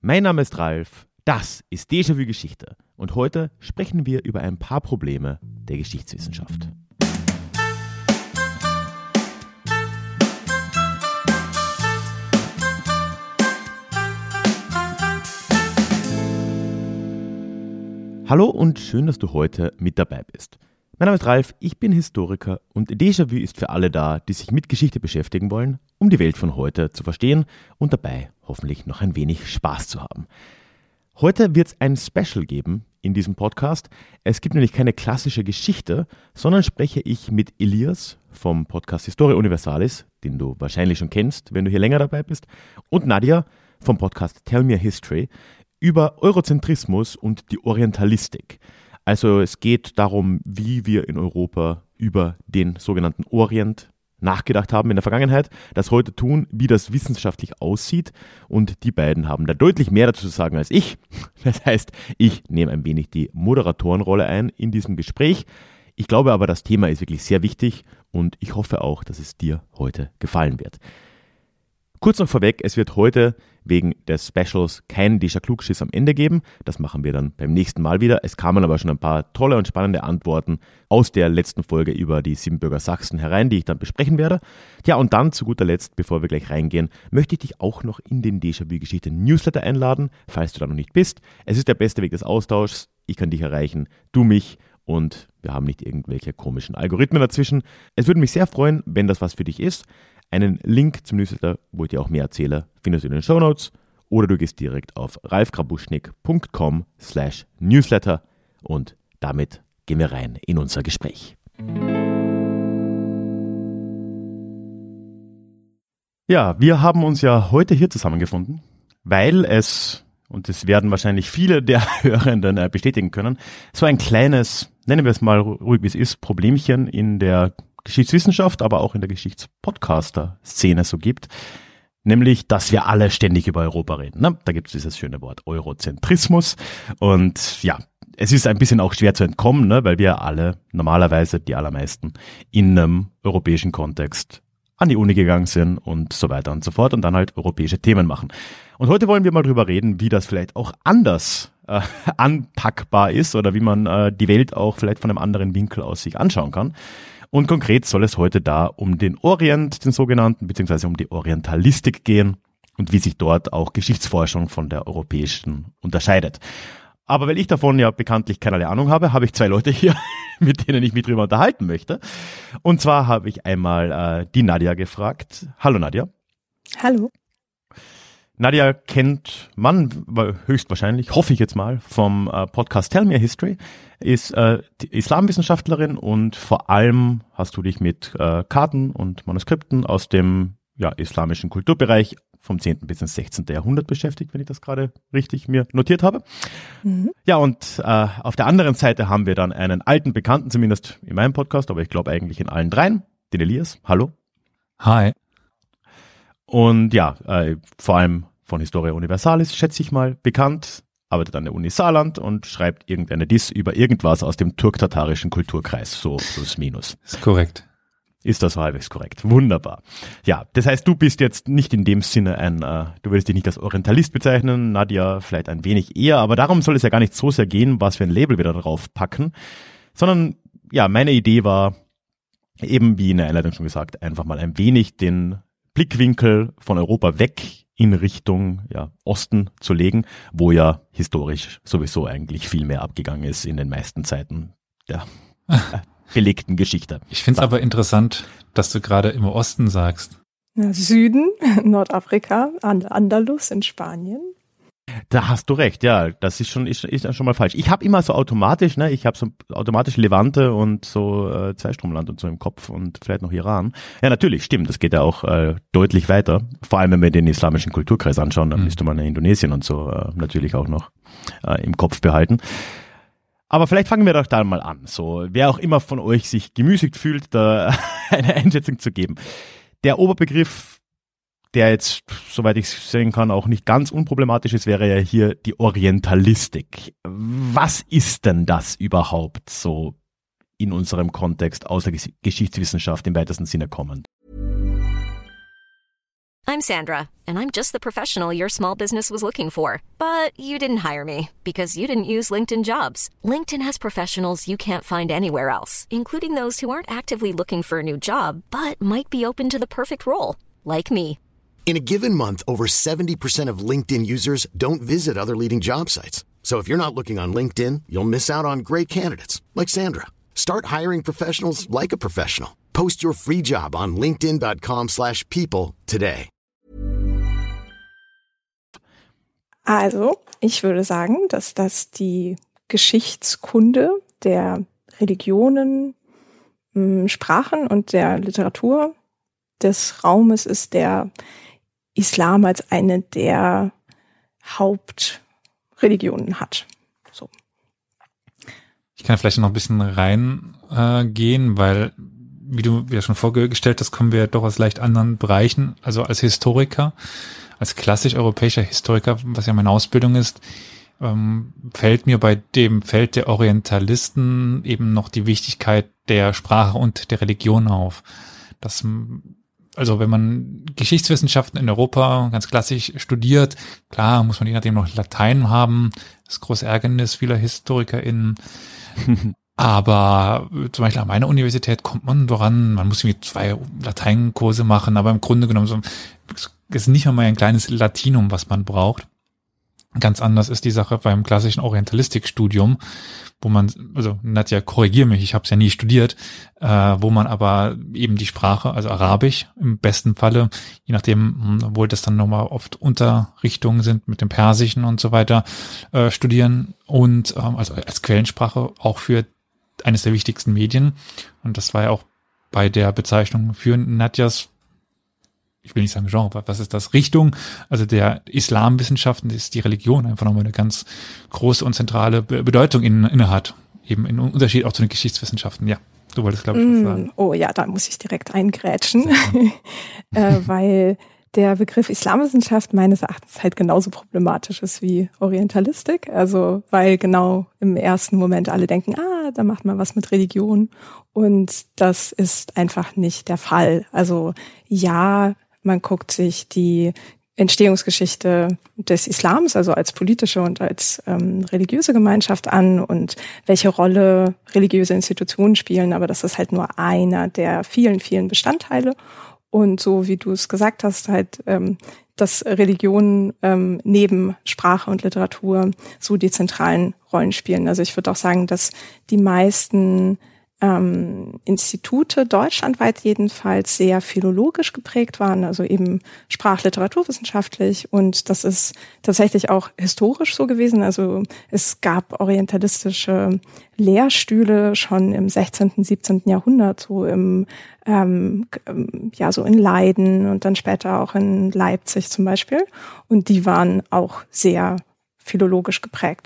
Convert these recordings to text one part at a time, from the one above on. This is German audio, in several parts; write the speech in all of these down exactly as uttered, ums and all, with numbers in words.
Mein Name ist Ralf, das ist Déjà-vu Geschichte und heute sprechen wir über ein paar Probleme der Geschichtswissenschaft. Hallo und schön, dass du heute mit dabei bist. Mein Name ist Ralf, ich bin Historiker und Déjà-vu ist für alle da, die sich mit Geschichte beschäftigen wollen, um die Welt von heute zu verstehen und dabei hoffentlich noch ein wenig Spaß zu haben. Heute wird es ein Special geben in diesem Podcast. Es gibt nämlich keine klassische Geschichte, sondern spreche ich mit Elias vom Podcast Historia Universalis, den du wahrscheinlich schon kennst, wenn du hier länger dabei bist, und Nadja vom Podcast Tell Me a History über Eurozentrismus und die Orientalistik. Also es geht darum, wie wir in Europa über den sogenannten Orient nachgedacht haben in der Vergangenheit, das heute tun, wie das wissenschaftlich aussieht, und die beiden haben da deutlich mehr dazu zu sagen als ich. Das heißt, ich nehme ein wenig die Moderatorenrolle ein in diesem Gespräch. Ich glaube aber, das Thema ist wirklich sehr wichtig und ich hoffe auch, dass es dir heute gefallen wird. Kurz noch vorweg, es wird heute wegen des Specials keinen Déjà-Klugschiss am Ende geben. Das machen wir dann beim nächsten Mal wieder. Es kamen aber schon ein paar tolle und spannende Antworten aus der letzten Folge über die Siebenbürger Sachsen herein, die ich dann besprechen werde. Ja, und dann zu guter Letzt, bevor wir gleich reingehen, möchte ich dich auch noch in den Déjà-vu-Geschichte-Newsletter einladen, falls du da noch nicht bist. Es ist der beste Weg des Austauschs. Ich kann dich erreichen, du mich, und wir haben nicht irgendwelche komischen Algorithmen dazwischen. Es würde mich sehr freuen, wenn das was für dich ist. Einen Link zum Newsletter, wo ich dir auch mehr erzähle, findest du in den Shownotes, oder du gehst direkt auf ralfgrabuschnick punkt com slash newsletter und damit gehen wir rein in unser Gespräch. Ja, wir haben uns ja heute hier zusammengefunden, weil es, und das werden wahrscheinlich viele der Hörenden bestätigen können, so ein kleines, nennen wir es mal ruhig wie es ist, Problemchen in der Geschichtswissenschaft, aber auch in der Geschichtspodcaster-Szene so gibt, nämlich, dass wir alle ständig über Europa reden. Ne? Da gibt es dieses schöne Wort Eurozentrismus, und ja, es ist ein bisschen auch schwer zu entkommen, ne? Weil wir alle normalerweise, die allermeisten, in einem europäischen Kontext an die Uni gegangen sind und so weiter und so fort und dann halt europäische Themen machen. Und heute wollen wir mal drüber reden, wie das vielleicht auch anders äh, anpackbar ist oder wie man äh, die Welt auch vielleicht von einem anderen Winkel aus sich anschauen kann. Und konkret soll es heute da um den Orient, den sogenannten, beziehungsweise um die Orientalistik gehen und wie sich dort auch Geschichtsforschung von der europäischen unterscheidet. Aber weil ich davon ja bekanntlich keinerlei Ahnung habe, habe ich zwei Leute hier, mit denen ich mich drüber unterhalten möchte. Und zwar habe ich einmal äh, die Nadja gefragt. Hallo Nadja. Hallo. Nadja kennt man höchstwahrscheinlich, hoffe ich jetzt mal, vom äh, Podcast Tell Me a History, ist äh, Islamwissenschaftlerin und vor allem hast du dich mit äh, Karten und Manuskripten aus dem ja, islamischen Kulturbereich vom zehnten bis ins sechzehnten Jahrhundert beschäftigt, wenn ich das gerade richtig mir notiert habe. Mhm. Ja, und äh, auf der anderen Seite haben wir dann einen alten Bekannten, zumindest in meinem Podcast, aber ich glaube eigentlich in allen dreien, den Elias. Hallo. Hi. Und ja, äh, vor allem von Historia Universalis, schätze ich mal, bekannt, arbeitet an der Uni Saarland und schreibt irgendeine Diss über irgendwas aus dem turk-tatarischen Kulturkreis, so plus minus. Ist korrekt. Ist das so halbwegs korrekt? Wunderbar. Ja, das heißt, du bist jetzt nicht in dem Sinne ein, äh, du würdest dich nicht als Orientalist bezeichnen, Nadja vielleicht ein wenig eher, aber darum soll es ja gar nicht so sehr gehen, was für ein Label wir da drauf packen, sondern ja, meine Idee war eben, wie in der Einleitung schon gesagt, einfach mal ein wenig den Blickwinkel von Europa weg in Richtung ja, Osten zu legen, wo ja historisch sowieso eigentlich viel mehr abgegangen ist in den meisten Zeiten der äh, belegten Geschichte. Ich finde es aber interessant, dass du gerade im Osten sagst. Süden, Nordafrika, Andalus in Spanien. Da hast du recht, ja, das ist schon ist, ist schon mal falsch. Ich habe immer so automatisch, ne, ich habe so automatisch Levante und so äh, Zweistromland und so im Kopf und vielleicht noch Iran. Ja, natürlich, stimmt, das geht ja auch äh, deutlich weiter. Vor allem, wenn wir den islamischen Kulturkreis anschauen, dann mhm. müsste man ja Indonesien und so äh, natürlich auch noch äh, im Kopf behalten. Aber vielleicht fangen wir doch da mal an. So, wer auch immer von euch sich gemüßigt fühlt, da eine Einschätzung zu geben. Der Oberbegriff, der jetzt, soweit ich sehen kann, auch nicht ganz unproblematisch ist, wäre ja hier die Orientalistik. Was ist denn das überhaupt so in unserem Kontext aus der Geschichtswissenschaft im weitesten Sinne kommend? I'm Sandra, and I'm just the professional your small business was looking for. But you didn't hire me because you didn't use LinkedIn Jobs. LinkedIn has professionals you can't find anywhere else, including those who aren't actively looking for a new job, but might be open to the perfect role, like me. In a given month, over seventy percent of LinkedIn users don't visit other leading job sites. So if you're not looking on LinkedIn, you'll miss out on great candidates like Sandra. Start hiring professionals like a professional. Post your free job on linkedin dot com slash people today. Also, ich würde sagen, dass das die Geschichtskunde der Religionen, Sprachen und der Literatur des Raumes ist, der Islam als eine der Hauptreligionen hat. So. Ich kann vielleicht noch ein bisschen reingehen, äh, weil, wie du wieder schon vorgestellt hast, kommen wir doch aus leicht anderen Bereichen. Also als Historiker, als klassisch europäischer Historiker, was ja meine Ausbildung ist, ähm, fällt mir bei dem Feld der Orientalisten eben noch die Wichtigkeit der Sprache und der Religion auf. Das, also wenn man Geschichtswissenschaften in Europa ganz klassisch studiert, klar muss man je nachdem noch Latein haben, das große Ärgernis vieler HistorikerInnen. Aber zum Beispiel an meiner Universität kommt man voran, man muss irgendwie zwei Lateinkurse machen, aber im Grunde genommen so, ist nicht einmal ein kleines Latinum, was man braucht. Ganz anders ist die Sache beim klassischen Orientalistikstudium, wo man, also Nadja, korrigier mich, ich habe es ja nie studiert, äh, wo man aber eben die Sprache, also Arabisch im besten Falle, je nachdem, obwohl das dann nochmal oft Unterrichtungen sind mit dem Persischen und so weiter, äh, studieren und ähm, also als Quellensprache auch für eines der wichtigsten Medien. Und das war ja auch bei der Bezeichnung für Nadjas, ich will nicht sagen Genre, aber was ist das? Richtung, also der Islamwissenschaften ist die Religion einfach nochmal eine ganz große und zentrale Bedeutung in, inne hat. Eben in Unterschied auch zu den Geschichtswissenschaften. Ja, du wolltest, glaube ich, was sagen. Oh ja, da muss ich direkt eingrätschen, äh, weil der Begriff Islamwissenschaft meines Erachtens halt genauso problematisch ist wie Orientalistik. Also weil genau im ersten Moment alle denken, ah, da macht man was mit Religion. Und das ist einfach nicht der Fall. Also ja, man guckt sich die Entstehungsgeschichte des Islams, also als politische und als ähm, religiöse Gemeinschaft an und welche Rolle religiöse Institutionen spielen. Aber das ist halt nur einer der vielen, vielen Bestandteile. Und so wie du es gesagt hast, halt, ähm, dass Religionen ähm, neben Sprache und Literatur so die zentralen Rollen spielen. Also ich würde auch sagen, dass die meisten ähm, Institute deutschlandweit jedenfalls sehr philologisch geprägt waren, also eben sprach-literaturwissenschaftlich. Und das ist tatsächlich auch historisch so gewesen. Also es gab orientalistische Lehrstühle schon im sechzehnten, siebzehnten Jahrhundert, so im ähm, ja so in Leiden und dann später auch in Leipzig zum Beispiel. Und die waren auch sehr philologisch geprägt.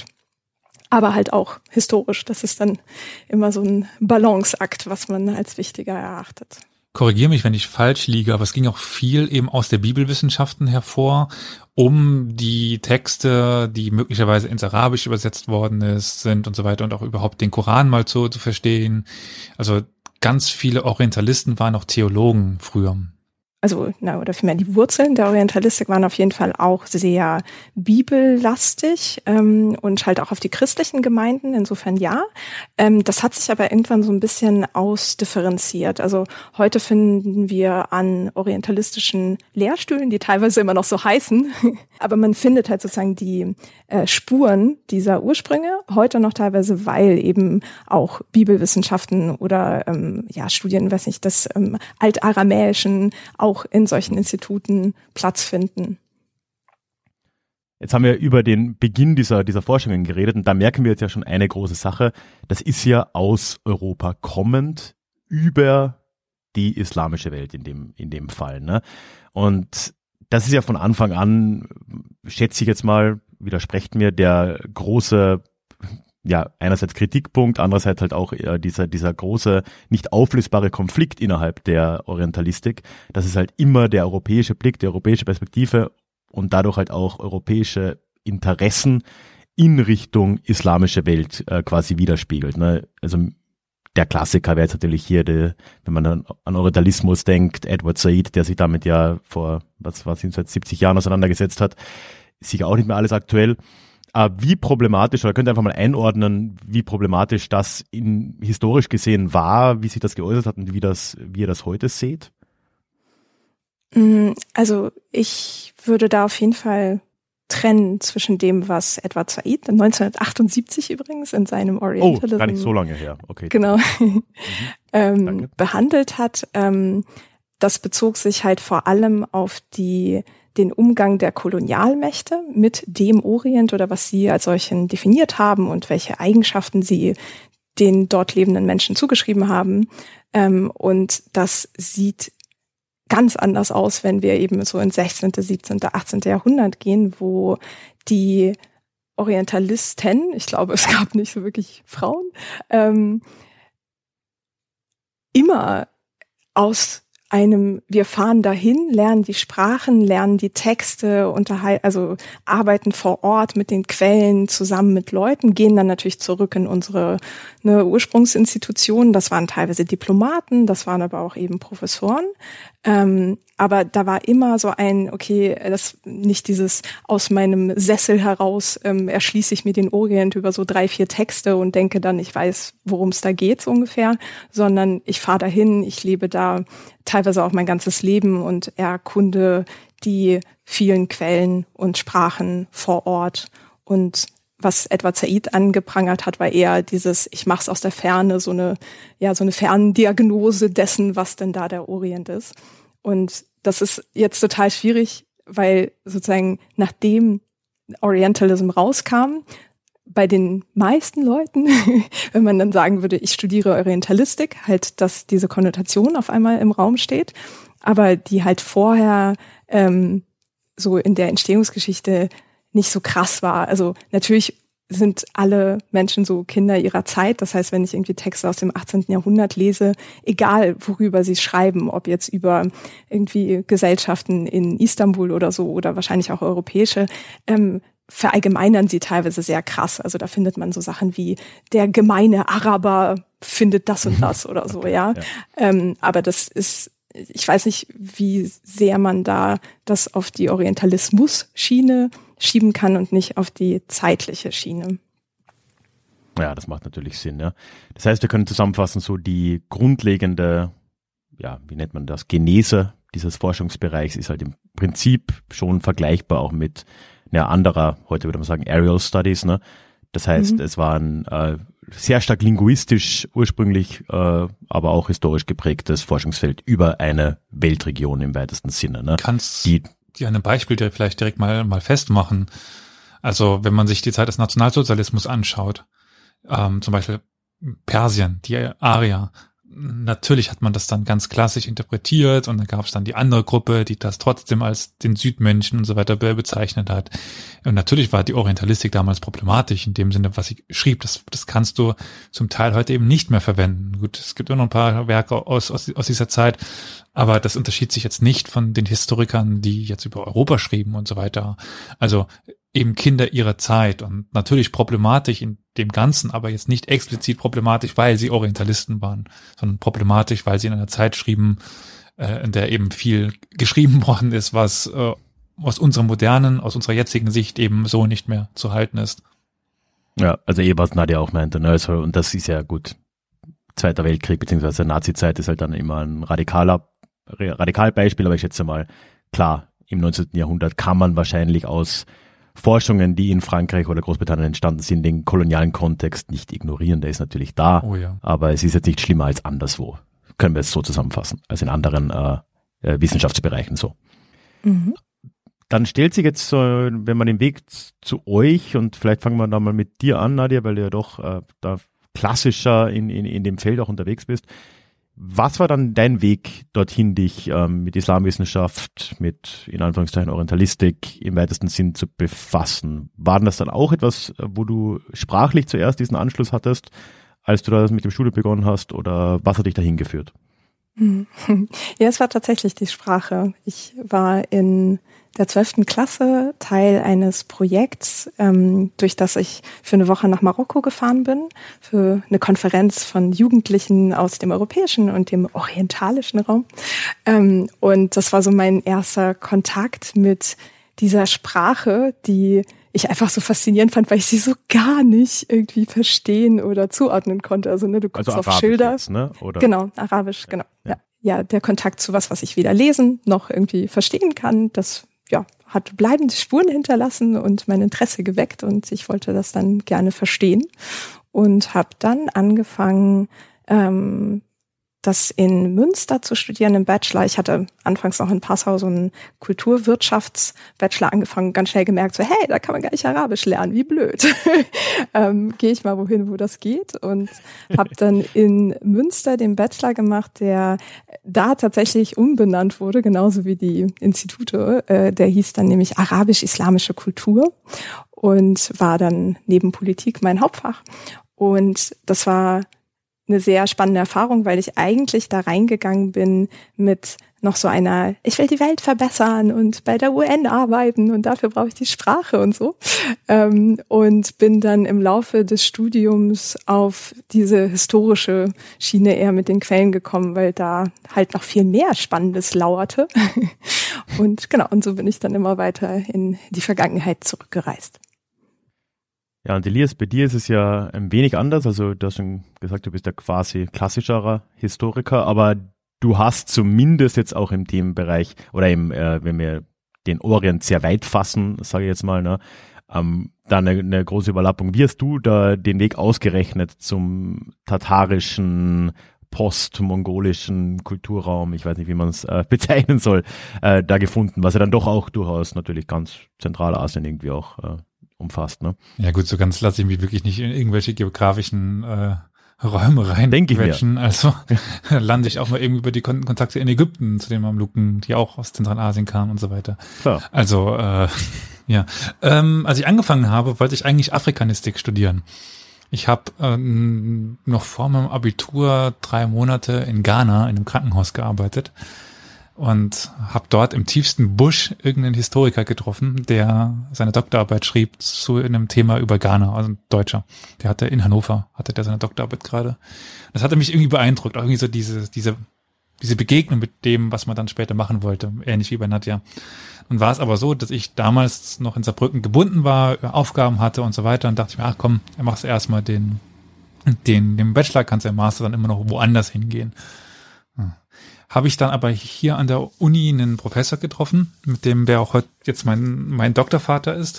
Aber halt auch historisch. Das ist dann immer so ein Balanceakt, was man als wichtiger erachtet. Korrigiere mich, wenn ich falsch liege, aber es ging auch viel eben aus der Bibelwissenschaften hervor, um die Texte, die möglicherweise ins Arabische übersetzt worden ist, sind und so weiter und auch überhaupt den Koran mal so zu verstehen. Also ganz viele Orientalisten waren auch Theologen früher. Also, na, oder vielmehr die Wurzeln der Orientalistik waren auf jeden Fall auch sehr bibellastig ähm, und halt auch auf die christlichen Gemeinden, insofern ja. Ähm, das hat sich aber irgendwann so ein bisschen ausdifferenziert. Also heute finden wir an orientalistischen Lehrstühlen, die teilweise immer noch so heißen, aber man findet halt sozusagen die äh, Spuren dieser Ursprünge heute noch teilweise, weil eben auch Bibelwissenschaften oder ähm, ja Studien, weiß nicht, des ähm, Altaramäischen auch in solchen Instituten Platz finden. Jetzt haben wir über den Beginn dieser, dieser Forschungen geredet und da merken wir jetzt ja schon eine große Sache. Das ist ja aus Europa kommend über die islamische Welt in dem, in dem Fall, ne? Und das ist ja von Anfang an, schätze ich jetzt mal, widersprecht mir, der große, ja, einerseits Kritikpunkt, andererseits halt auch äh, dieser, dieser große, nicht auflösbare Konflikt innerhalb der Orientalistik. Das ist halt immer der europäische Blick, die europäische Perspektive und dadurch halt auch europäische Interessen in Richtung islamische Welt äh, quasi widerspiegelt, ne? Also der Klassiker wäre jetzt natürlich hier, die, wenn man an, an Orientalismus denkt, Edward Said, der sich damit ja vor, was was sind seit siebzig Jahren auseinandergesetzt hat, ist sicher auch nicht mehr alles aktuell. Aber wie problematisch, oder könnt ihr einfach mal einordnen, wie problematisch das in, historisch gesehen war, wie sich das geäußert hat und wie das, wie ihr das heute seht? Also ich würde da auf jeden Fall trennen zwischen dem, was Edward Said neunzehnhundertachtundsiebzig übrigens in seinem Orientalism, oh, gar nicht so lange her, okay, genau, mhm. ähm, behandelt hat. Ähm, das bezog sich halt vor allem auf die den Umgang der Kolonialmächte mit dem Orient oder was sie als solchen definiert haben und welche Eigenschaften sie den dort lebenden Menschen zugeschrieben haben. Ähm, und das sieht ganz anders aus, wenn wir eben so ins sechzehnten, siebzehnten, achtzehnten Jahrhundert gehen, wo die Orientalisten, ich glaube, es gab nicht so wirklich Frauen, ähm, immer aus einem, wir fahren dahin, lernen die Sprachen, lernen die Texte, unterhalten, also arbeiten vor Ort mit den Quellen zusammen mit Leuten, gehen dann natürlich zurück in unsere ne, Ursprungsinstitutionen. Das waren teilweise Diplomaten, das waren aber auch eben Professoren. Ähm, aber da war immer so ein, okay, das nicht dieses aus meinem Sessel heraus ähm, erschließe ich mir den Orient über so drei, vier Texte und denke dann, ich weiß, worum es da geht so ungefähr, sondern ich fahre dahin, ich lebe da teilweise auch mein ganzes Leben und erkunde die vielen Quellen und Sprachen vor Ort. Und was Edward Said angeprangert hat, war eher dieses, ich mache es aus der Ferne, so eine, ja, so eine Ferndiagnose dessen, was denn da der Orient ist. Und das ist jetzt total schwierig, weil sozusagen nachdem Orientalism rauskam, bei den meisten Leuten, wenn man dann sagen würde, ich studiere Orientalistik, halt, dass diese Konnotation auf einmal im Raum steht, aber die halt vorher ähm, so in der Entstehungsgeschichte nicht so krass war. Also natürlich sind alle Menschen so Kinder ihrer Zeit. Das heißt, wenn ich irgendwie Texte aus dem achtzehnten Jahrhundert lese, egal worüber sie schreiben, ob jetzt über irgendwie Gesellschaften in Istanbul oder so oder wahrscheinlich auch europäische, ähm, verallgemeinern sie teilweise sehr krass. Also da findet man so Sachen wie der gemeine Araber findet das und das oder so, okay, ja. ja. Ähm, aber das ist, ich weiß nicht, wie sehr man da das auf die Orientalismus-Schiene schieben kann und nicht auf die zeitliche Schiene. Ja, das macht natürlich Sinn, ja. Das heißt, wir können zusammenfassen, so die grundlegende, ja, wie nennt man das, Genese dieses Forschungsbereichs ist halt im Prinzip schon vergleichbar auch mit einer anderer, heute würde man sagen, Aerial Studies, ne? Das heißt, mhm. es waren äh, sehr stark linguistisch ursprünglich, äh, aber auch historisch geprägtes Forschungsfeld über eine Weltregion im weitesten Sinne, ne? Kannst die dir ein Beispiel dir vielleicht direkt mal mal festmachen. Also wenn man sich die Zeit des Nationalsozialismus anschaut, ähm, zum Beispiel Persien, die Arier, natürlich hat man das dann ganz klassisch interpretiert und dann gab es dann die andere Gruppe, die das trotzdem als den Südmenschen und so weiter bezeichnet hat. Und natürlich war die Orientalistik damals problematisch in dem Sinne, was sie schrieb. Das, das kannst du zum Teil heute eben nicht mehr verwenden. Gut, es gibt immer noch ein paar Werke aus, aus, aus dieser Zeit, aber das unterschied sich jetzt nicht von den Historikern, die jetzt über Europa schrieben und so weiter. Also eben Kinder ihrer Zeit und natürlich problematisch in dem Ganzen, aber jetzt nicht explizit problematisch, weil sie Orientalisten waren, sondern problematisch, weil sie in einer Zeit schrieben, äh, in der eben viel geschrieben worden ist, was äh, aus unserer modernen, aus unserer jetzigen Sicht eben so nicht mehr zu halten ist. Ja, also eh, was Nadja auch meinte, ne? Also, und das ist ja gut, Zweiter Weltkrieg beziehungsweise Nazi-Zeit ist halt dann immer ein radikaler Radikalbeispiel, aber ich schätze mal, klar, im neunzehnten Jahrhundert kann man wahrscheinlich aus Forschungen, die in Frankreich oder Großbritannien entstanden sind, den kolonialen Kontext nicht ignorieren. Der ist natürlich da, oh ja. aber es ist jetzt nicht schlimmer als anderswo. Können wir es so zusammenfassen, als in anderen äh, äh, Wissenschaftsbereichen so. Mhm. Dann stellt sich jetzt, so, wenn man den Weg zu euch, und vielleicht fangen wir da mal mit dir an, Nadja, weil du ja doch äh, da klassischer in, in, in dem Feld auch unterwegs bist. Was war dann dein Weg dorthin, dich ähm, mit Islamwissenschaft, mit in Anführungszeichen Orientalistik im weitesten Sinn zu befassen? War das dann auch etwas, wo du sprachlich zuerst diesen Anschluss hattest, als du das mit dem Studium begonnen hast, oder was hat dich dahin geführt? Ja, es war tatsächlich die Sprache. Ich war in der zwölften Klasse Teil eines Projekts, ähm, durch das ich für eine Woche nach Marokko gefahren bin, für eine Konferenz von Jugendlichen aus dem europäischen und dem orientalischen Raum. Ähm, und das war so mein erster Kontakt mit dieser Sprache, die ich einfach so faszinierend fand, weil ich sie so gar nicht irgendwie verstehen oder zuordnen konnte. Also ne, du guckst also auf Schilder. Jetzt, ne? Oder? Genau, Arabisch, genau. Ja. ja. Ja, der Kontakt zu was, was ich weder lesen noch irgendwie verstehen kann, das ja, hat bleibende Spuren hinterlassen und mein Interesse geweckt und ich wollte das dann gerne verstehen und habe dann angefangen, ähm, das in Münster zu studieren im Bachelor. Ich hatte anfangs noch in Passau so einen Kulturwirtschafts-Bachelor angefangen, ganz schnell gemerkt, so hey, da kann man gar nicht Arabisch lernen, wie blöd. ähm, Gehe ich mal wohin, wo das geht und habe dann in Münster den Bachelor gemacht, der da tatsächlich umbenannt wurde, genauso wie die Institute. Äh, der hieß dann nämlich Arabisch-Islamische Kultur und war dann neben Politik mein Hauptfach. Und das war eine sehr spannende Erfahrung, weil ich eigentlich da reingegangen bin mit noch so einer, ich will die Welt verbessern und bei der U N arbeiten und dafür brauche ich die Sprache und so. Ähm, und bin dann im Laufe des Studiums auf diese historische Schiene eher mit den Quellen gekommen, weil da halt noch viel mehr Spannendes lauerte. Und genau, und so bin ich dann immer weiter in die Vergangenheit zurückgereist. Ja, und Elias, bei dir ist es ja ein wenig anders. Also du hast schon gesagt, du bist ja quasi klassischerer Historiker, aber du hast zumindest jetzt auch im Themenbereich oder im, äh, wenn wir den Orient sehr weit fassen, sage ich jetzt mal, ne, ähm, da eine, eine große Überlappung. Wie hast du da den Weg ausgerechnet zum tatarischen, postmongolischen Kulturraum, ich weiß nicht, wie man es äh, bezeichnen soll, äh, da gefunden, was ja dann doch auch durchaus natürlich ganz Zentralasien irgendwie auch äh, umfasst, ne? Ja gut, so ganz lasse ich mich wirklich nicht in irgendwelche geografischen äh, Räume rein. Denke ich mir. Also lande ich auch mal eben über die Kon- Kontakte in Ägypten zu den Mamluken, die auch aus Zentralasien kamen und so weiter. Ja. Also äh, ja, ähm, als ich angefangen habe, wollte ich eigentlich Afrikanistik studieren. Ich habe ähm, noch vor meinem Abitur drei Monate in Ghana in einem Krankenhaus gearbeitet und habe dort im tiefsten Busch irgendeinen Historiker getroffen, der seine Doktorarbeit schrieb zu einem Thema über Ghana, also ein Deutscher. Der hatte in Hannover, hatte der seine Doktorarbeit gerade. Das hatte mich irgendwie beeindruckt, auch irgendwie so diese diese diese Begegnung mit dem, was man dann später machen wollte, ähnlich wie bei Nadja. Und war es aber so, dass ich damals noch in Saarbrücken gebunden war, Aufgaben hatte und so weiter und dachte ich mir, ach komm, machst du erstmal den den den Bachelor, kannst du im Master dann immer noch woanders hingehen. Hm. Habe ich dann aber hier an der Uni einen Professor getroffen, mit dem wer auch heute jetzt mein mein Doktorvater ist,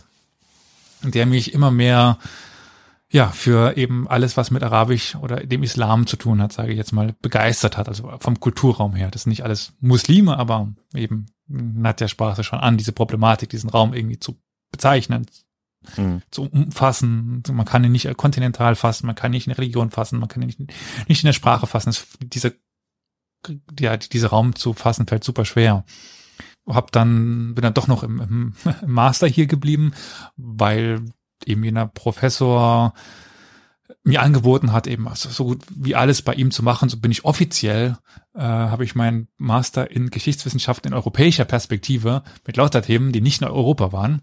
der mich immer mehr ja für eben alles, was mit Arabisch oder dem Islam zu tun hat, sage ich jetzt mal, begeistert hat, also vom Kulturraum her. Das sind nicht alles Muslime, aber eben Nadja sprach es schon an, diese Problematik, diesen Raum irgendwie zu bezeichnen, mhm. zu umfassen. Man kann ihn nicht kontinental fassen, man kann nicht in der Religion fassen, man kann ihn nicht, nicht in der Sprache fassen. Das, diese ja, diese Raum zu fassen, fällt super schwer. Hab dann, bin dann doch noch im, im, im Master hier geblieben, weil eben jener Professor mir angeboten hat, eben also so gut wie alles bei ihm zu machen. So bin ich offiziell, äh, habe ich meinen Master in Geschichtswissenschaften in europäischer Perspektive mit lauter Themen, die nicht in Europa waren.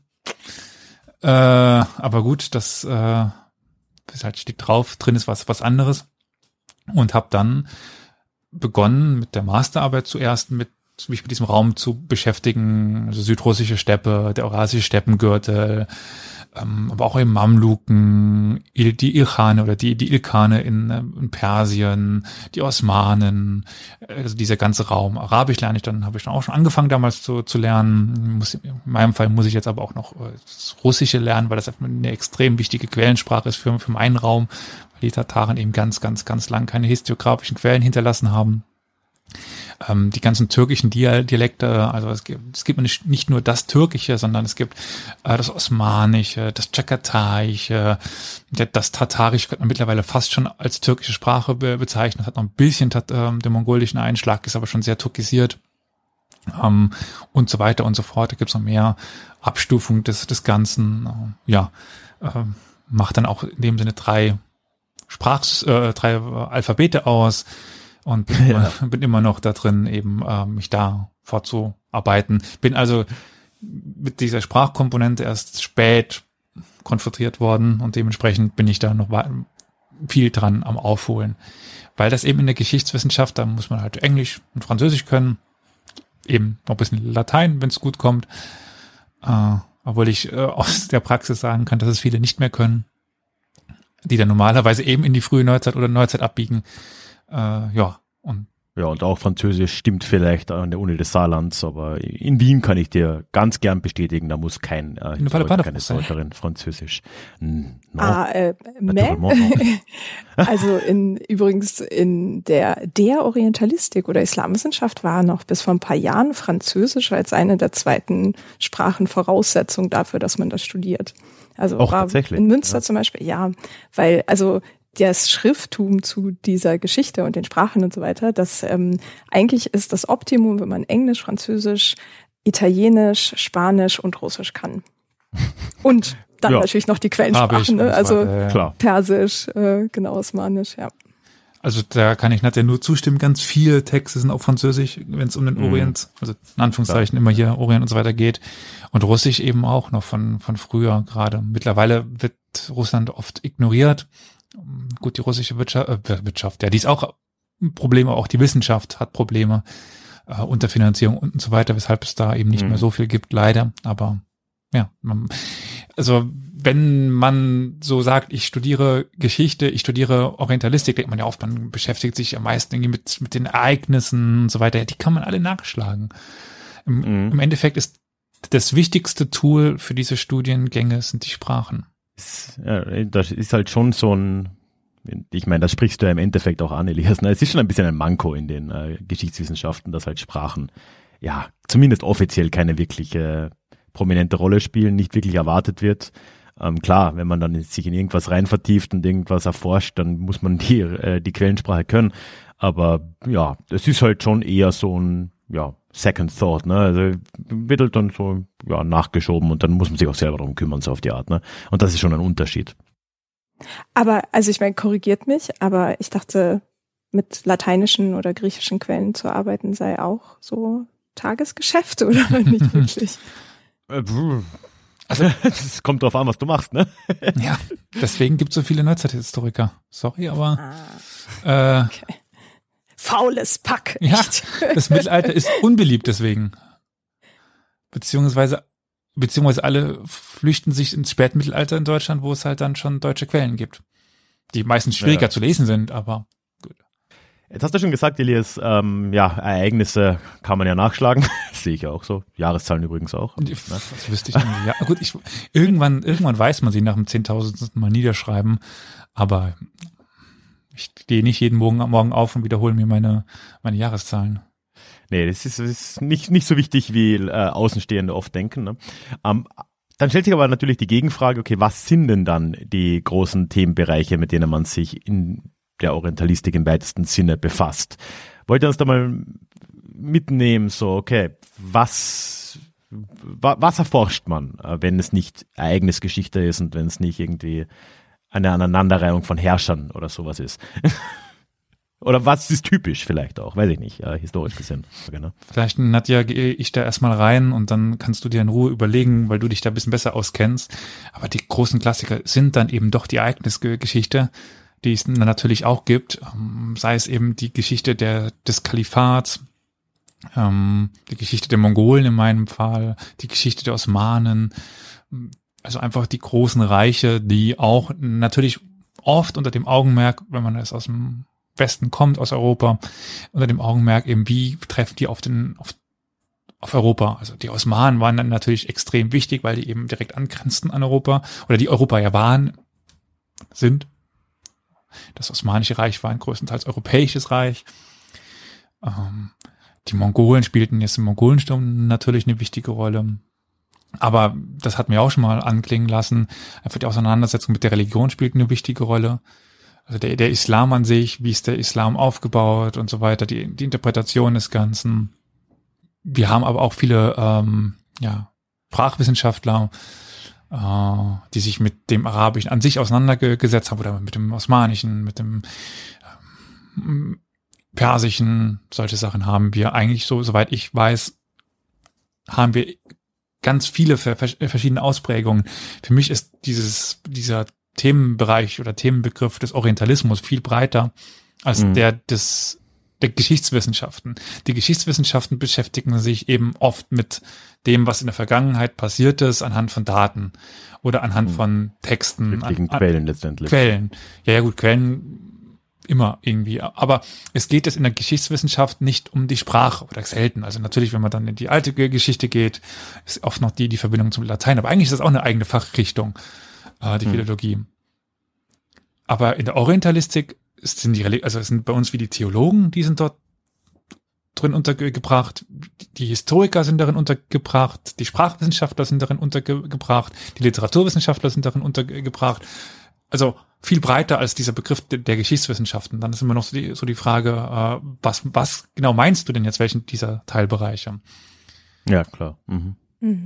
Äh, aber gut, das, äh, das halt steht drauf, drin ist was was anderes. Und habe dann begonnen mit der Masterarbeit zuerst mit mich mit diesem Raum zu beschäftigen, also südrussische Steppe, der eurasische Steppengürtel, ähm, aber auch eben Mamluken, die Ilkhane oder die die Ilkhane in, in Persien, die Osmanen, also dieser ganze Raum. Arabisch lerne ich dann, habe ich dann auch schon angefangen damals zu, zu lernen. Muss, in meinem Fall muss ich jetzt aber auch noch das Russische lernen, weil das eine extrem wichtige Quellensprache ist für, für meinen Raum, weil die Tataren eben ganz, ganz, ganz lang keine historiografischen Quellen hinterlassen haben. Ähm, die ganzen türkischen Dialekte, also es gibt, es gibt nicht, nicht nur das Türkische, sondern es gibt äh, das Osmanische, das Tschakataische, das Tatarische könnte man mittlerweile fast schon als türkische Sprache be- bezeichnen, hat noch ein bisschen tat, äh, den mongolischen Einschlag, ist aber schon sehr türkisiert ähm, und so weiter und so fort. Da gibt es noch mehr Abstufung des, des Ganzen. Äh, ja, äh, macht dann auch in dem Sinne drei Sprach, äh, drei Alphabete aus. und bin, ja. immer, bin immer noch da drin, eben äh, mich da fortzuarbeiten. Bin also mit dieser Sprachkomponente erst spät konfrontiert worden und dementsprechend bin ich da noch viel dran am Aufholen. Weil das eben in der Geschichtswissenschaft, da muss man halt Englisch und Französisch können, eben noch ein bisschen Latein, wenn es gut kommt, äh, obwohl ich äh, aus der Praxis sagen kann, dass es viele nicht mehr können, die dann normalerweise eben in die frühe Neuzeit oder Neuzeit abbiegen. Äh, ja, und Ja, und auch Französisch stimmt vielleicht an der Uni des Saarlands, aber in Wien kann ich dir ganz gern bestätigen, da muss kein äh, Historiker, keine Historikerin Französisch. No. Ah, äh, mais, also in übrigens in der der Orientalistik oder Islamwissenschaft war noch bis vor ein paar Jahren Französisch als eine der zweiten Sprachen Voraussetzung dafür, dass man das studiert. Also auch war tatsächlich in Münster ja. zum Beispiel, ja, weil also das Schrifttum zu dieser Geschichte und den Sprachen und so weiter, das ähm, eigentlich ist das Optimum, wenn man Englisch, Französisch, Italienisch, Spanisch und Russisch kann. Und dann ja. natürlich noch die Quellensprachen, ne? Also äh, klar. Persisch, äh, genau, Osmanisch, ja. Also da kann ich Nadja nur zustimmen, ganz viele Texte sind auf Französisch, wenn es um den mhm. Orient, also in Anführungszeichen ja. immer hier Orient und so weiter geht. Und Russisch eben auch noch von von früher gerade. Mittlerweile wird Russland oft ignoriert. Gut, die russische Wirtschaft, äh, Wirtschaft, ja, die ist auch Probleme, auch die Wissenschaft hat Probleme, äh, Unterfinanzierung und so weiter, weshalb es da eben nicht mhm. mehr so viel gibt, leider. Aber ja, man, also wenn man so sagt, ich studiere Geschichte, ich studiere Orientalistik, denkt man ja oft, man beschäftigt sich am meisten irgendwie mit, mit den Ereignissen und so weiter. Ja, die kann man alle nachschlagen. Im, mhm. im Endeffekt ist das wichtigste Tool für diese Studiengänge sind die Sprachen. Ja, das ist halt schon so ein, ich meine, das sprichst du ja im Endeffekt auch an, Elias. Es ist schon ein bisschen ein Manko in den äh, Geschichtswissenschaften, dass halt Sprachen, ja, zumindest offiziell keine wirkliche prominente Rolle spielen, nicht wirklich erwartet wird. Ähm, klar, wenn man dann sich in irgendwas rein vertieft und irgendwas erforscht, dann muss man die, äh, die Quellensprache können. Aber ja, es ist halt schon eher so ein, ja, Second Thought, ne? Also wird halt dann so ja, nachgeschoben und dann muss man sich auch selber darum kümmern, so auf die Art, ne? Und das ist schon ein Unterschied. Aber, also ich meine, korrigiert mich, aber ich dachte, mit lateinischen oder griechischen Quellen zu arbeiten sei auch so Tagesgeschäft oder nicht wirklich? Also es kommt drauf an, was du machst, ne? Ja, deswegen gibt es so viele Neuzeithistoriker. Sorry, aber ah, äh, okay. Faules Pack. Ja, das Mittelalter ist unbeliebt deswegen. Beziehungsweise, beziehungsweise alle flüchten sich ins Spätmittelalter in Deutschland, wo es halt dann schon deutsche Quellen gibt. Die meistens schwieriger ja. zu lesen sind, aber gut. Jetzt hast du schon gesagt, Elias, ähm, ja, Ereignisse kann man ja nachschlagen. Das sehe ich ja auch so. Jahreszahlen übrigens auch. Das, das wüsste ich nicht. Ja, gut, ich, irgendwann, irgendwann weiß man sie nach dem zehntausendsten Mal niederschreiben, aber ich stehe nicht jeden Morgen, Morgen auf und wiederhole mir meine, meine Jahreszahlen. Nee, das ist, das ist nicht, nicht so wichtig, wie äh, Außenstehende oft denken. Ne? Ähm, dann stellt sich aber natürlich die Gegenfrage, okay, was sind denn dann die großen Themenbereiche, mit denen man sich in der Orientalistik im weitesten Sinne befasst? Wollt ihr uns da mal mitnehmen, so, okay, was, wa, was erforscht man, wenn es nicht Ereignisgeschichte ist und wenn es nicht irgendwie eine Aneinanderreihung von Herrschern oder sowas ist. Oder was ist typisch vielleicht auch, weiß ich nicht, äh, historisch gesehen. Okay, ne? Vielleicht, Nadja, gehe ich da erstmal rein und dann kannst du dir in Ruhe überlegen, weil du dich da ein bisschen besser auskennst. Aber die großen Klassiker sind dann eben doch die Ereignisgeschichte, die es natürlich auch gibt, sei es eben die Geschichte der des Kalifats, ähm, die Geschichte der Mongolen in meinem Fall, die Geschichte der Osmanen, also einfach die großen Reiche, die auch natürlich oft unter dem Augenmerk, wenn man es aus dem Westen kommt, aus Europa, unter dem Augenmerk eben, wie treffen die auf den, auf, auf Europa. Also die Osmanen waren dann natürlich extrem wichtig, weil die eben direkt angrenzten an Europa, oder die Europa ja waren, sind. Das Osmanische Reich war ein größtenteils europäisches Reich. Ähm, die Mongolen spielten jetzt im Mongolensturm natürlich eine wichtige Rolle. Aber das hatten wir auch schon mal anklingen lassen. Einfach die Auseinandersetzung mit der Religion spielt eine wichtige Rolle. Also der, der Islam an sich, wie ist der Islam aufgebaut und so weiter, die, die Interpretation des Ganzen. Wir haben aber auch viele ähm, ja, Sprachwissenschaftler, äh, die sich mit dem Arabischen an sich auseinandergesetzt haben oder mit dem Osmanischen, mit dem ähm, Persischen, solche Sachen haben wir eigentlich so, soweit ich weiß, haben wir ganz viele verschiedene Ausprägungen. Für mich ist dieses, dieser Themenbereich oder Themenbegriff des Orientalismus viel breiter als mhm. der des, der Geschichtswissenschaften. Die Geschichtswissenschaften beschäftigen sich eben oft mit dem, was in der Vergangenheit passiert ist, anhand von Daten oder anhand mhm. von Texten. An, an, Quellen letztendlich. Quellen. Ja, ja, gut, Quellen immer irgendwie. Aber es geht es in der Geschichtswissenschaft nicht um die Sprache oder selten. Also natürlich, wenn man dann in die alte Geschichte geht, ist oft noch die, die Verbindung zum Latein. Aber eigentlich ist das auch eine eigene Fachrichtung, äh, die hm. Philologie. Aber in der Orientalistik sind die, also es sind bei uns wie die Theologen, die sind dort drin untergebracht, die Historiker sind darin untergebracht, die Sprachwissenschaftler sind darin untergebracht, die Literaturwissenschaftler sind darin untergebracht. Also viel breiter als dieser Begriff de, der Geschichtswissenschaften. Dann ist immer noch so die, so die Frage, äh, was, was genau meinst du denn jetzt, welchen dieser Teilbereiche? Ja, klar. Mhm.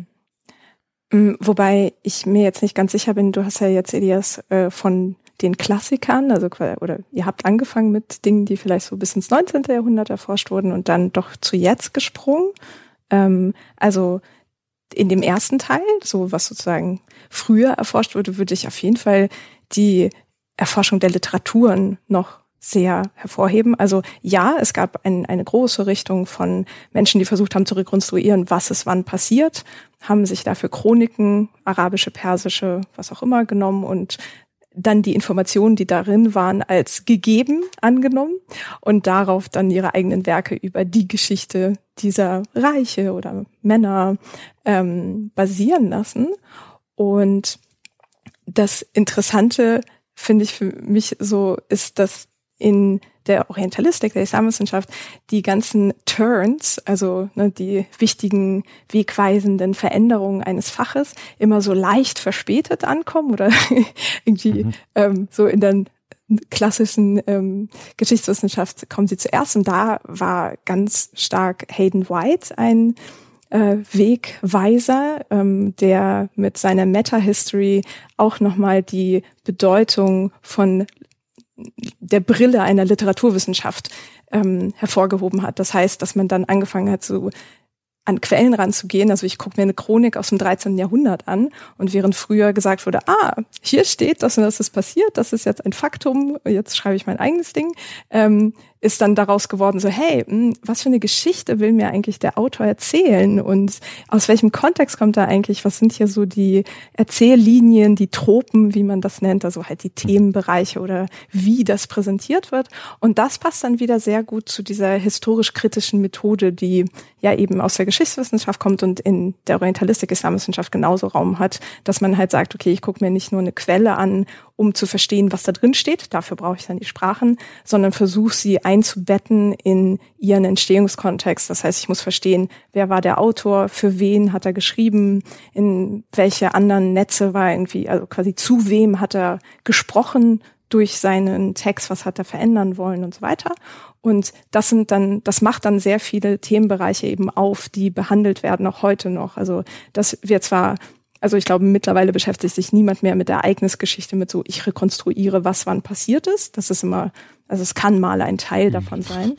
Mhm. Wobei ich mir jetzt nicht ganz sicher bin, du hast ja jetzt, Elias, äh, von den Klassikern, also oder ihr habt angefangen mit Dingen, die vielleicht so bis ins neunzehnten Jahrhundert erforscht wurden und dann doch zu jetzt gesprungen. Ähm, also in dem ersten Teil, so was sozusagen früher erforscht wurde, würde ich auf jeden Fall die Erforschung der Literaturen noch sehr hervorheben. Also ja, es gab ein, eine große Richtung von Menschen, die versucht haben zu rekonstruieren, was ist wann passiert, haben sich dafür Chroniken, arabische, persische, was auch immer genommen und dann die Informationen, die darin waren, als gegeben angenommen und darauf dann ihre eigenen Werke über die Geschichte dieser Reiche oder Männer ähm, basieren lassen. Und das Interessante, finde ich für mich so, ist, dass in der Orientalistik, der Islamwissenschaft, die ganzen Turns, also ne, die wichtigen, wegweisenden Veränderungen eines Faches immer so leicht verspätet ankommen oder irgendwie mhm. ähm, so in der klassischen ähm, Geschichtswissenschaft kommen sie zuerst. Und da war ganz stark Hayden White ein äh, Wegweiser, ähm, der mit seiner Meta-History auch nochmal die Bedeutung von der Brille einer Literaturwissenschaft ähm, hervorgehoben hat. Das heißt, dass man dann angefangen hat, so an Quellen ranzugehen. Also ich gucke mir eine Chronik aus dem dreizehnten Jahrhundert an und während früher gesagt wurde, ah, hier steht, das und das ist passiert, das ist jetzt ein Faktum, jetzt schreibe ich mein eigenes Ding, ähm, ist dann daraus geworden so, hey, mh, was für eine Geschichte will mir eigentlich der Autor erzählen und aus welchem Kontext kommt er eigentlich, was sind hier so die Erzähllinien, die Tropen, wie man das nennt, also halt die Themenbereiche oder wie das präsentiert wird. Und das passt dann wieder sehr gut zu dieser historisch-kritischen Methode, die ja eben aus der Geschichtswissenschaft kommt und in der Orientalistik, Islamwissenschaft genauso Raum hat, dass man halt sagt, okay, ich gucke mir nicht nur eine Quelle an, um zu verstehen, was da drin steht, dafür brauche ich dann die Sprachen, sondern versuche sie einzubetten in ihren Entstehungskontext. Das heißt, ich muss verstehen, wer war der Autor, für wen hat er geschrieben, in welche anderen Netze war er irgendwie, also quasi zu wem hat er gesprochen durch seinen Text, was hat er verändern wollen und so weiter. Und das sind dann, das macht dann sehr viele Themenbereiche eben auf, die behandelt werden, auch heute noch. Also das wird zwar Also ich glaube, mittlerweile beschäftigt sich niemand mehr mit der Ereignisgeschichte, mit so, ich rekonstruiere, was wann passiert ist. Das ist immer, also es kann mal ein Teil davon sein.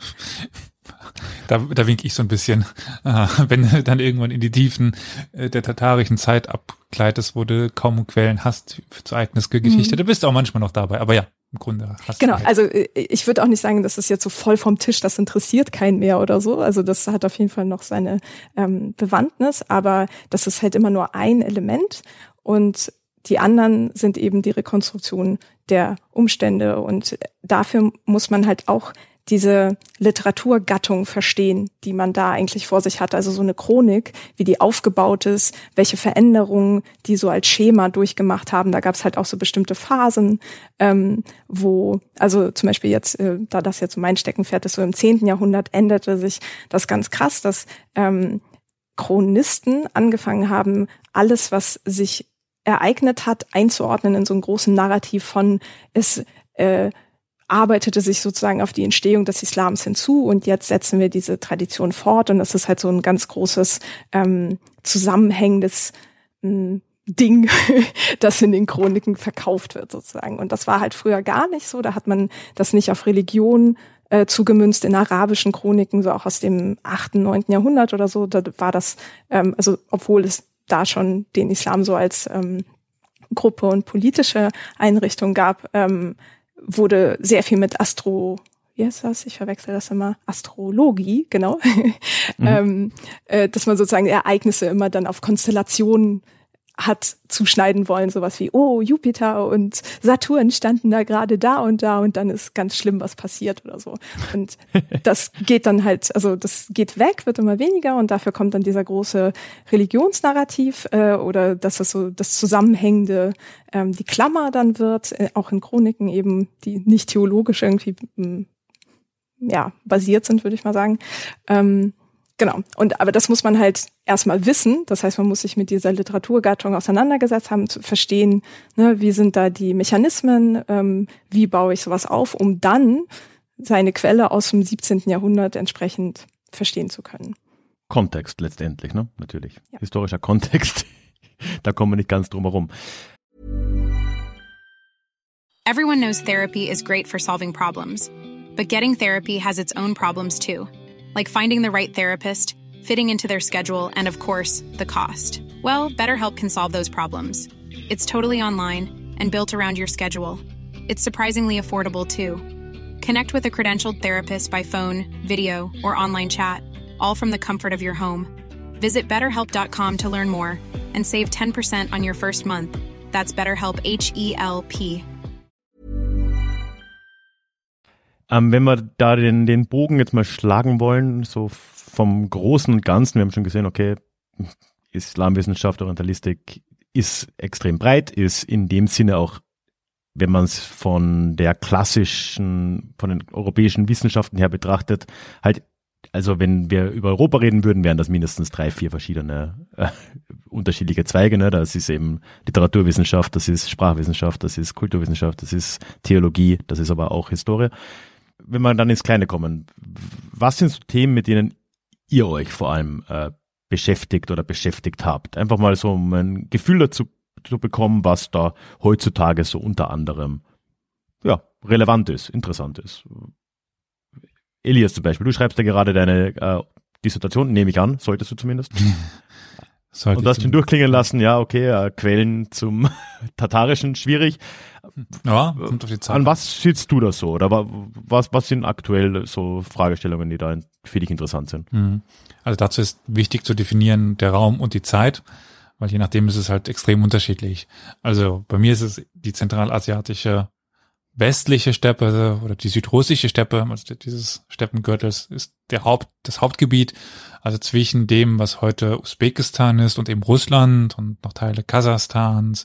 Da, da wink ich so ein bisschen, äh, wenn du dann irgendwann in die Tiefen äh, der tatarischen Zeit abgleitest, wo du kaum Quellen hast zur Ereignisgeschichte, mhm. da bist du auch manchmal noch dabei. Aber ja, im Grunde hast genau, du halt. Also ich würde auch nicht sagen, das ist jetzt so voll vom Tisch, das interessiert keinen mehr oder so. Also das hat auf jeden Fall noch seine ähm, Bewandtnis, aber das ist halt immer nur ein Element und die anderen sind eben die Rekonstruktion der Umstände und dafür muss man halt auch diese Literaturgattung verstehen, die man da eigentlich vor sich hat. Also so eine Chronik, wie die aufgebaut ist, welche Veränderungen die so als Schema durchgemacht haben. Da gab es halt auch so bestimmte Phasen, ähm, wo, also zum Beispiel jetzt, äh, da das jetzt so mein Steckenpferd ist, so im zehnten Jahrhundert änderte sich das ganz krass, dass ähm, Chronisten angefangen haben, alles, was sich ereignet hat, einzuordnen in so einen großen Narrativ von es äh, arbeitete sich sozusagen auf die Entstehung des Islams hinzu und jetzt setzen wir diese Tradition fort und das ist halt so ein ganz großes ähm, zusammenhängendes ähm, Ding, das in den Chroniken verkauft wird sozusagen. Und das war halt früher gar nicht so, da hat man das nicht auf Religion äh, zugemünzt in arabischen Chroniken, so auch aus dem achten, neunten Jahrhundert oder so. Da war das, ähm, also obwohl es da schon den Islam so als ähm, Gruppe und politische Einrichtung gab, ähm, wurde sehr viel mit Astro, wie heißt das? Ich verwechsel das immer, Astrologie, genau, mhm. ähm, äh, dass man sozusagen Ereignisse immer dann auf Konstellationen hat zuschneiden wollen, sowas wie, oh, Jupiter und Saturn standen da gerade da und da und dann ist ganz schlimm was passiert oder so. Und das geht dann halt, also das geht weg, wird immer weniger und dafür kommt dann dieser große Religionsnarrativ äh, oder dass das so das Zusammenhängende, ähm, die Klammer dann wird, äh, auch in Chroniken eben, die nicht theologisch irgendwie m, ja basiert sind, würde ich mal sagen. Ähm, Genau. Und, aber das muss man halt erstmal wissen. Das heißt, man muss sich mit dieser Literaturgattung auseinandergesetzt haben, zu verstehen, ne, wie sind da die Mechanismen, ähm, wie baue ich sowas auf, um dann seine Quelle aus dem siebzehnten Jahrhundert entsprechend verstehen zu können. Kontext letztendlich, ne? Natürlich. Ja. Historischer Kontext. Da kommen wir nicht ganz drum herum. Everyone knows therapy is great for solving problems. But getting therapy has its own problems too. Like finding the right therapist, fitting into their schedule, and of course, the cost. Well, BetterHelp can solve those problems. It's totally online and built around your schedule. It's surprisingly affordable too. Connect with a credentialed therapist by phone, video, or online chat, all from the comfort of your home. Visit better help dot com to learn more and save ten percent on your first month. That's BetterHelp, H E L P. Ähm, wenn wir da den, den Bogen jetzt mal schlagen wollen, so vom Großen und Ganzen, wir haben schon gesehen, okay, Islamwissenschaft, Orientalistik ist extrem breit, ist in dem Sinne auch, wenn man es von der klassischen, von den europäischen Wissenschaften her betrachtet, halt, also wenn wir über Europa reden würden, wären das mindestens drei, vier verschiedene äh, unterschiedliche Zweige. Ne? Das ist eben Literaturwissenschaft, das ist Sprachwissenschaft, das ist Kulturwissenschaft, das ist Theologie, das ist aber auch Historie. Wenn wir dann ins Kleine kommen, was sind so Themen, mit denen ihr euch vor allem äh, beschäftigt oder beschäftigt habt? Einfach mal so, um ein Gefühl dazu zu bekommen, was da heutzutage so unter anderem ja, relevant ist, interessant ist. Elias zum Beispiel, du schreibst ja gerade deine äh, Dissertation, nehme ich an, solltest du zumindest. Sollte und du hast schon durchklingen lassen, ja, okay, äh, Quellen zum Tatarischen, schwierig. Ja, kommt auf die Zeit. An was sitzt du da so? Oder was, was sind aktuell so Fragestellungen, die da für dich interessant sind? Also dazu ist wichtig zu definieren der Raum und die Zeit, weil je nachdem ist es halt extrem unterschiedlich. Also bei mir ist es die zentralasiatische westliche Steppe oder die südrussische Steppe, also dieses Steppengürtels ist der Haupt, das Hauptgebiet, also zwischen dem, was heute Usbekistan ist und eben Russland und noch Teile Kasachstans.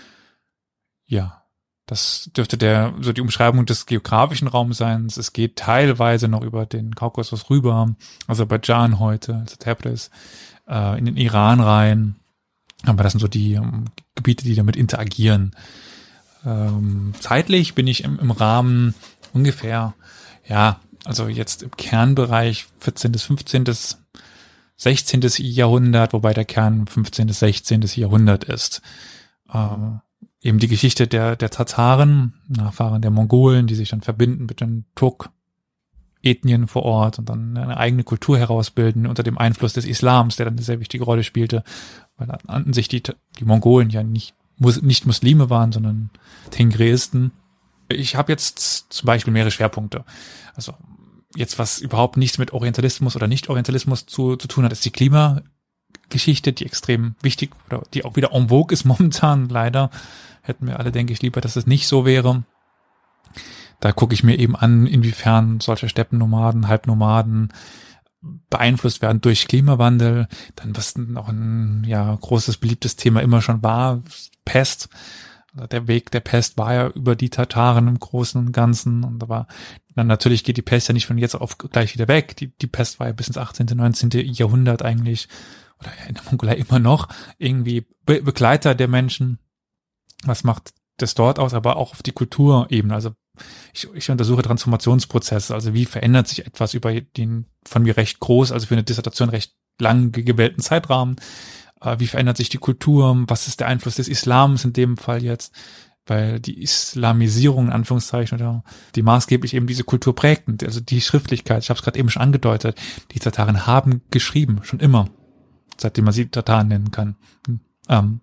Ja, das dürfte der, so die Umschreibung des geografischen Raums sein. Es geht teilweise noch über den Kaukasus rüber, Aserbaidschan heute, also Tabriz, äh, in den Iran rein. Aber das sind so die um, Gebiete, die damit interagieren. Ähm, zeitlich bin ich im, im Rahmen ungefähr, ja, also jetzt im Kernbereich vierzehnten, fünfzehnten, sechzehnten Jahrhundert, wobei der Kern fünfzehnten, sechzehnten Jahrhundert ist. Ähm, eben die Geschichte der, der Tataren, Nachfahren der Mongolen, die sich dann verbinden mit den Turk-Ethnien vor Ort und dann eine eigene Kultur herausbilden unter dem Einfluss des Islams, der dann eine sehr wichtige Rolle spielte, weil an sich die, die Mongolen ja nicht nicht Muslime waren, sondern Tengreisten. Ich habe jetzt zum Beispiel mehrere Schwerpunkte. Also jetzt, was überhaupt nichts mit Orientalismus oder Nicht-Orientalismus zu, zu tun hat, ist die Klimageschichte, die extrem wichtig oder die auch wieder en vogue ist momentan, leider. Hätten wir alle, denke ich, lieber, dass es nicht so wäre. Da gucke ich mir eben an, inwiefern solche Steppennomaden, Halbnomaden beeinflusst werden durch Klimawandel. Dann, was noch ein ja großes, beliebtes Thema immer schon war, Pest. Also der Weg der Pest war ja über die Tataren im Großen und Ganzen. Und aber dann natürlich geht die Pest ja nicht von jetzt auf gleich wieder weg. Die, die Pest war ja bis ins achtzehnten, neunzehnten Jahrhundert eigentlich, oder in der Mongolei immer noch, irgendwie Be- Begleiter der Menschen. Was macht das dort aus? Aber auch auf die Kulturebene. Also Ich, ich untersuche Transformationsprozesse, also wie verändert sich etwas über den von mir recht groß, also für eine Dissertation recht lang gewählten Zeitrahmen, äh, wie verändert sich die Kultur, was ist der Einfluss des Islams in dem Fall jetzt, weil die Islamisierung in Anführungszeichen oder die maßgeblich eben diese Kultur prägten, also die Schriftlichkeit, ich habe es gerade eben schon angedeutet, die Tataren haben geschrieben, schon immer, seitdem man sie Tataren nennen kann. Ähm,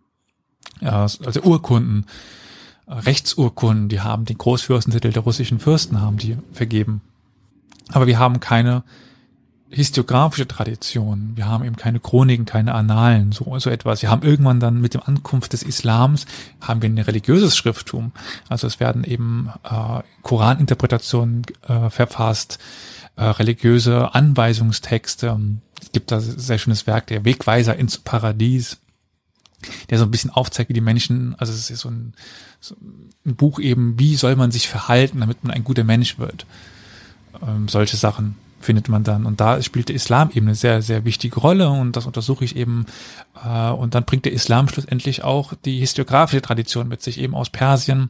also Urkunden, Rechtsurkunden, die haben den Großfürstentitel der russischen Fürsten, haben die vergeben. Aber wir haben keine historiografische Tradition, wir haben eben keine Chroniken, keine Annalen, so, so etwas. Wir haben irgendwann dann mit der Ankunft des Islams, haben wir ein religiöses Schrifttum. Also es werden eben äh, Koraninterpretationen äh, verfasst, äh, religiöse Anweisungstexte. Es gibt da ein sehr schönes Werk, der Wegweiser ins Paradies, der so ein bisschen aufzeigt, wie die Menschen, also es ist so ein, so ein Buch eben, wie soll man sich verhalten, damit man ein guter Mensch wird. Ähm, solche Sachen findet man dann. Und da spielt der Islam eben eine sehr, sehr wichtige Rolle und das untersuche ich eben. Äh, und dann bringt der Islam schlussendlich auch die historiografische Tradition mit sich, eben aus Persien,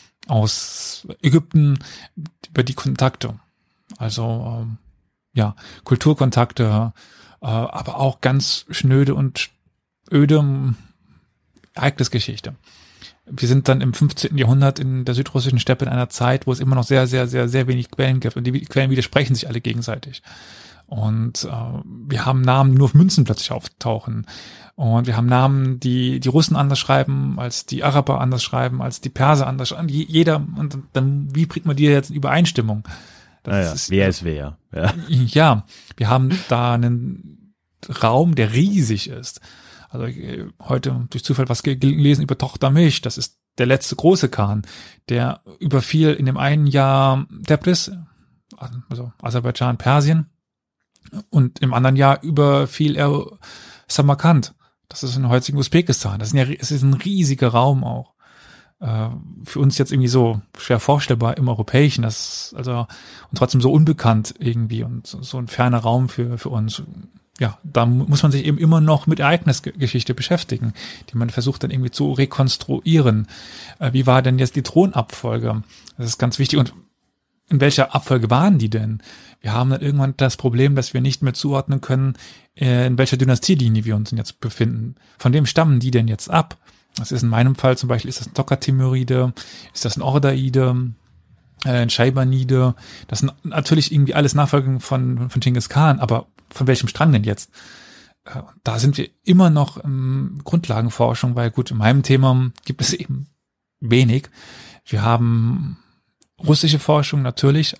aus Ägypten, über die Kontakte. Also ähm, ja, Kulturkontakte, äh, aber auch ganz schnöde und öde Ereignisgeschichte. Wir sind dann im fünfzehnten Jahrhundert in der südrussischen Steppe in einer Zeit, wo es immer noch sehr, sehr, sehr, sehr wenig Quellen gibt. Und die Quellen widersprechen sich alle gegenseitig. Und äh, wir haben Namen, die nur auf Münzen plötzlich auftauchen. Und wir haben Namen, die die Russen anders schreiben, als die Araber anders schreiben, als die Perser anders schreiben. Jeder, und dann, wie bringt man die jetzt in Übereinstimmung? Das naja, ist, wer ist wer? Ja. ja, wir haben da einen Raum, der riesig ist. Also heute durch Zufall was gelesen über Tochtamilch, das ist der letzte große Khan, der überfiel in dem einen Jahr Tebris, also Aserbaidschan, Persien, und im anderen Jahr überfiel er Samarkand, das ist in heutigen Usbekistan. Das ist, ja, es ist ein riesiger Raum auch. Äh, für uns jetzt irgendwie so schwer vorstellbar im Europäischen, das also und trotzdem so unbekannt irgendwie und so, so ein ferner Raum für für uns. Ja, da muss man sich eben immer noch mit Ereignisgeschichte beschäftigen, die man versucht dann irgendwie zu rekonstruieren. Äh, wie war denn jetzt die Thronabfolge? Das ist ganz wichtig. Und in welcher Abfolge waren die denn? Wir haben dann irgendwann das Problem, dass wir nicht mehr zuordnen können, äh, in welcher Dynastielinie wir uns denn jetzt befinden. Von wem stammen die denn jetzt ab? Das ist in meinem Fall zum Beispiel, ist das ein Tokatimuride, ist das ein Ordaide, äh, ein Scheibanide? Das sind natürlich irgendwie alles Nachfolgen von, von Genghis Khan, aber von welchem Strang denn jetzt? Da sind wir immer noch in Grundlagenforschung, weil gut, in meinem Thema gibt es eben wenig. Wir haben russische Forschung natürlich,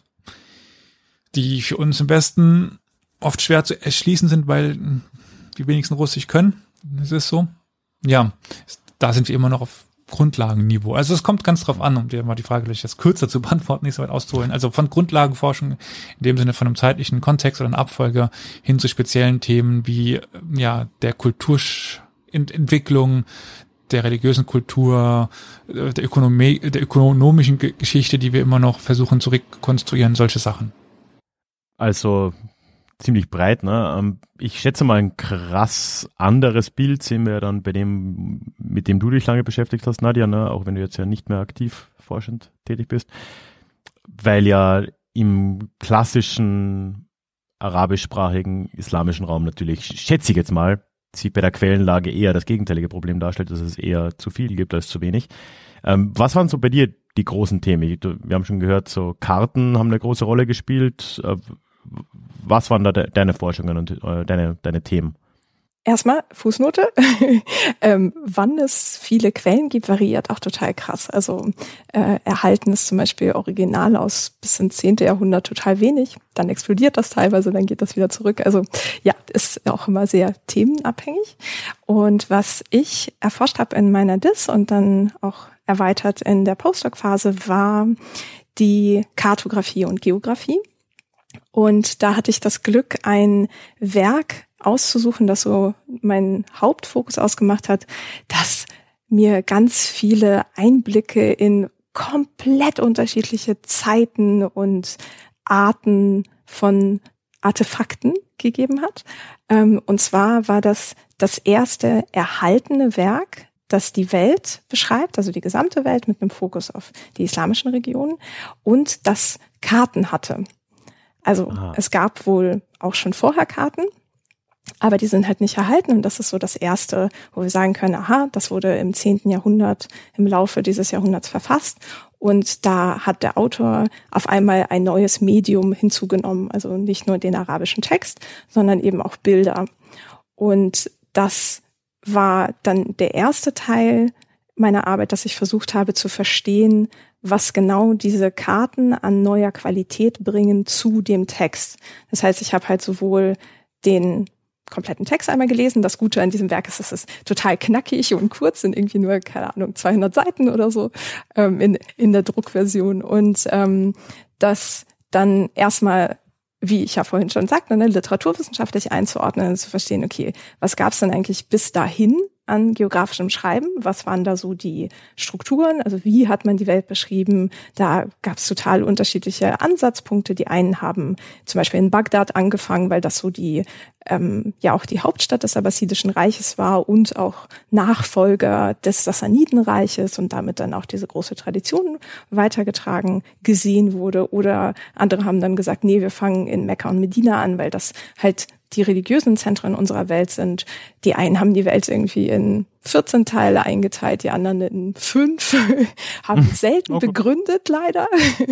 die für uns im Westen oft schwer zu erschließen sind, weil die wenigsten Russisch können. Das ist so. Ja, da sind wir immer noch auf Grundlagenniveau. Also es kommt ganz drauf an, um dir mal die Frage vielleicht jetzt kürzer zu beantworten, nicht so weit auszuholen. Also von Grundlagenforschung in dem Sinne von einem zeitlichen Kontext oder einer Abfolge hin zu speziellen Themen wie ja der Kulturentwicklung, der religiösen Kultur, der Ökonomie, der ökonomischen Geschichte, die wir immer noch versuchen zu rekonstruieren, solche Sachen. Also ziemlich breit, ne? Ich schätze mal, ein krass anderes Bild sehen wir dann bei dem, mit dem du dich lange beschäftigt hast, Nadja, ne? Auch wenn du jetzt ja nicht mehr aktiv forschend tätig bist, weil ja im klassischen arabischsprachigen islamischen Raum natürlich, schätze ich jetzt mal, sich bei der Quellenlage eher das gegenteilige Problem darstellt, dass es eher zu viel gibt als zu wenig. Ähm, was waren so bei dir die großen Themen? Wir haben schon gehört, so Karten haben eine große Rolle gespielt. Was waren da de- deine Forschungen und äh, deine, deine Themen? Erstmal Fußnote. ähm, wann es viele Quellen gibt, variiert auch total krass. Also äh, erhalten ist zum Beispiel Original aus bis ins zehnten Jahrhundert total wenig. Dann explodiert das teilweise, dann geht das wieder zurück. Also ja, ist auch immer sehr themenabhängig. Und was ich erforscht habe in meiner Dis und dann auch erweitert in der Postdoc-Phase war die Kartografie und Geografie. Und da hatte ich das Glück, ein Werk auszusuchen, das so meinen Hauptfokus ausgemacht hat, das mir ganz viele Einblicke in komplett unterschiedliche Zeiten und Arten von Artefakten gegeben hat. Und zwar war das das erste erhaltene Werk, das die Welt beschreibt, also die gesamte Welt mit einem Fokus auf die islamischen Regionen und das Karten hatte. Also Aha. Es gab wohl auch schon vorher Karten, aber die sind halt nicht erhalten und das ist so das Erste, wo wir sagen können, aha, das wurde im zehnten Jahrhundert im Laufe dieses Jahrhunderts verfasst und da hat der Autor auf einmal ein neues Medium hinzugenommen, also nicht nur den arabischen Text, sondern eben auch Bilder. Und das war dann der erste Teil meiner Arbeit, dass ich versucht habe zu verstehen, was genau diese Karten an neuer Qualität bringen zu dem Text. Das heißt, ich habe halt sowohl den kompletten Text einmal gelesen. Das Gute an diesem Werk ist, es ist total knackig und kurz, sind irgendwie nur, keine Ahnung, zweihundert Seiten oder so ähm, in, in der Druckversion. Und ähm, das dann erstmal, wie ich ja vorhin schon sagte, ne, literaturwissenschaftlich einzuordnen und zu verstehen, okay, was gab es denn eigentlich bis dahin an geografischem Schreiben? Was waren da so die Strukturen? Also wie hat man die Welt beschrieben? Da gab es total unterschiedliche Ansatzpunkte. Die einen haben zum Beispiel in Bagdad angefangen, weil das so die ähm, ja auch die Hauptstadt des Abbasidischen Reiches war und auch Nachfolger des Sassanidenreiches und damit dann auch diese große Tradition weitergetragen gesehen wurde. Oder andere haben dann gesagt, nee, wir fangen in Mekka und Medina an, weil das halt die religiösen Zentren unserer Welt sind. Die einen haben die Welt irgendwie in vierzehn Teile eingeteilt, die anderen in fünf, haben selten okay. begründet, leider.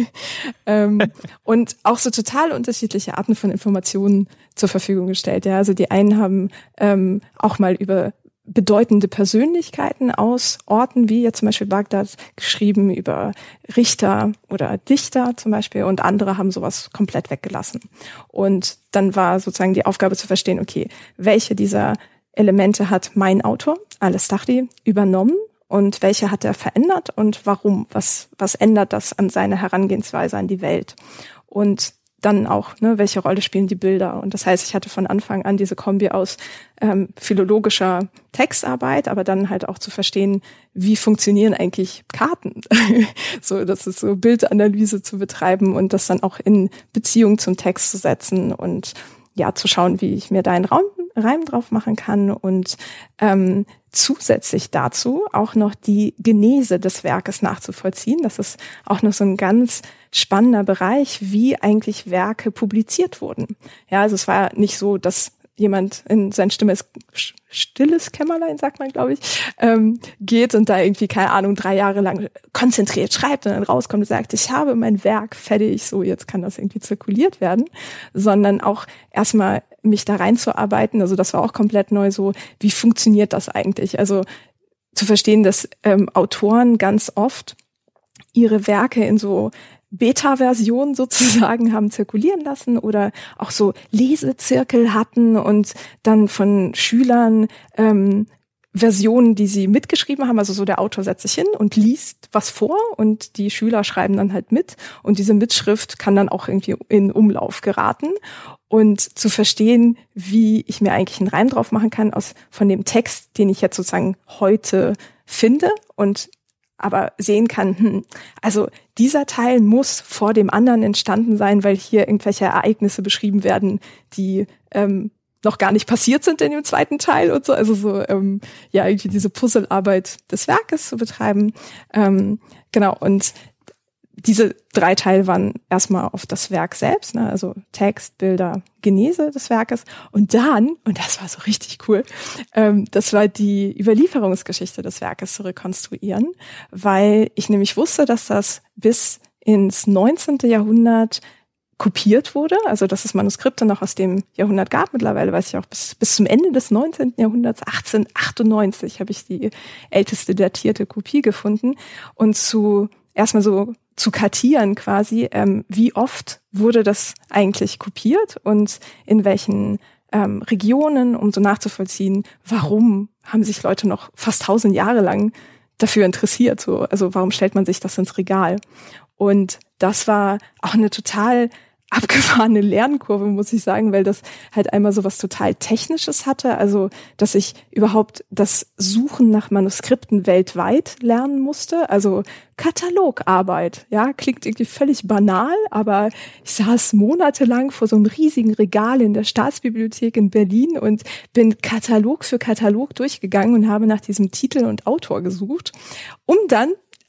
ähm, und auch so total unterschiedliche Arten von Informationen zur Verfügung gestellt. Ja, also die einen haben ähm, auch mal über bedeutende Persönlichkeiten aus Orten wie jetzt zum Beispiel Bagdad geschrieben, über Richter oder Dichter zum Beispiel, und andere haben sowas komplett weggelassen. Und dann war sozusagen die Aufgabe zu verstehen, okay, welche dieser Elemente hat mein Autor, Al-Astaghi, übernommen und welche hat er verändert und warum? Was, was ändert das an seiner Herangehensweise an die Welt? Und dann auch, ne, welche Rolle spielen die Bilder? Und das heißt, ich hatte von Anfang an diese Kombi aus ähm, philologischer Textarbeit, aber dann halt auch zu verstehen, wie funktionieren eigentlich Karten? So, das ist so Bildanalyse zu betreiben und das dann auch in Beziehung zum Text zu setzen und ja, zu schauen, wie ich mir da einen Raum, Reim drauf machen kann und ähm, zusätzlich dazu auch noch die Genese des Werkes nachzuvollziehen. Das ist auch noch so ein ganz spannender Bereich, wie eigentlich Werke publiziert wurden. Ja, also es war nicht so, dass jemand in sein stilles, stilles Kämmerlein, sagt man, glaube ich, ähm, geht und da irgendwie, keine Ahnung, drei Jahre lang konzentriert schreibt und dann rauskommt und sagt, ich habe mein Werk fertig, so jetzt kann das irgendwie zirkuliert werden, sondern auch erstmal mich da reinzuarbeiten. Also das war auch komplett neu so, wie funktioniert das eigentlich? Also zu verstehen, dass ähm, Autoren ganz oft ihre Werke in so Beta-Version sozusagen haben zirkulieren lassen oder auch so Lesezirkel hatten und dann von Schülern ähm, Versionen, die sie mitgeschrieben haben, also so der Autor setzt sich hin und liest was vor und die Schüler schreiben dann halt mit und diese Mitschrift kann dann auch irgendwie in Umlauf geraten und zu verstehen, wie ich mir eigentlich einen Reim drauf machen kann aus von dem Text, den ich jetzt sozusagen heute finde und aber sehen kann, hm, also dieser Teil muss vor dem anderen entstanden sein, weil hier irgendwelche Ereignisse beschrieben werden, die ähm, noch gar nicht passiert sind in dem zweiten Teil und so. Also so, ähm, ja, irgendwie diese Puzzlearbeit des Werkes zu betreiben. Ähm, genau, und diese drei Teile waren erstmal auf das Werk selbst, ne? Also Text, Bilder, Genese des Werkes. Und dann, und das war so richtig cool, ähm, das war die Überlieferungsgeschichte des Werkes zu rekonstruieren, weil ich nämlich wusste, dass das bis ins neunzehnten Jahrhundert kopiert wurde, also dass es Manuskripte noch aus dem Jahrhundert gab. Mittlerweile weiß ich auch, bis, bis zum Ende des neunzehnten Jahrhunderts, achtzehnhundertachtundneunzig, habe ich die älteste datierte Kopie gefunden. Und zu erstmal so zu kartieren quasi, ähm, wie oft wurde das eigentlich kopiert und in welchen ähm, Regionen, um so nachzuvollziehen, warum haben sich Leute noch fast tausend Jahre lang dafür interessiert. So, also warum stellt man sich das ins Regal? Und das war auch eine total abgefahrene Lernkurve, muss ich sagen, weil das halt einmal so was total Technisches hatte, also dass ich überhaupt das Suchen nach Manuskripten weltweit lernen musste, also Katalogarbeit, ja, klingt irgendwie völlig banal, aber ich saß monatelang vor so einem riesigen Regal in der Staatsbibliothek in Berlin und bin Katalog für Katalog durchgegangen und habe nach diesem Titel und Autor gesucht, um dann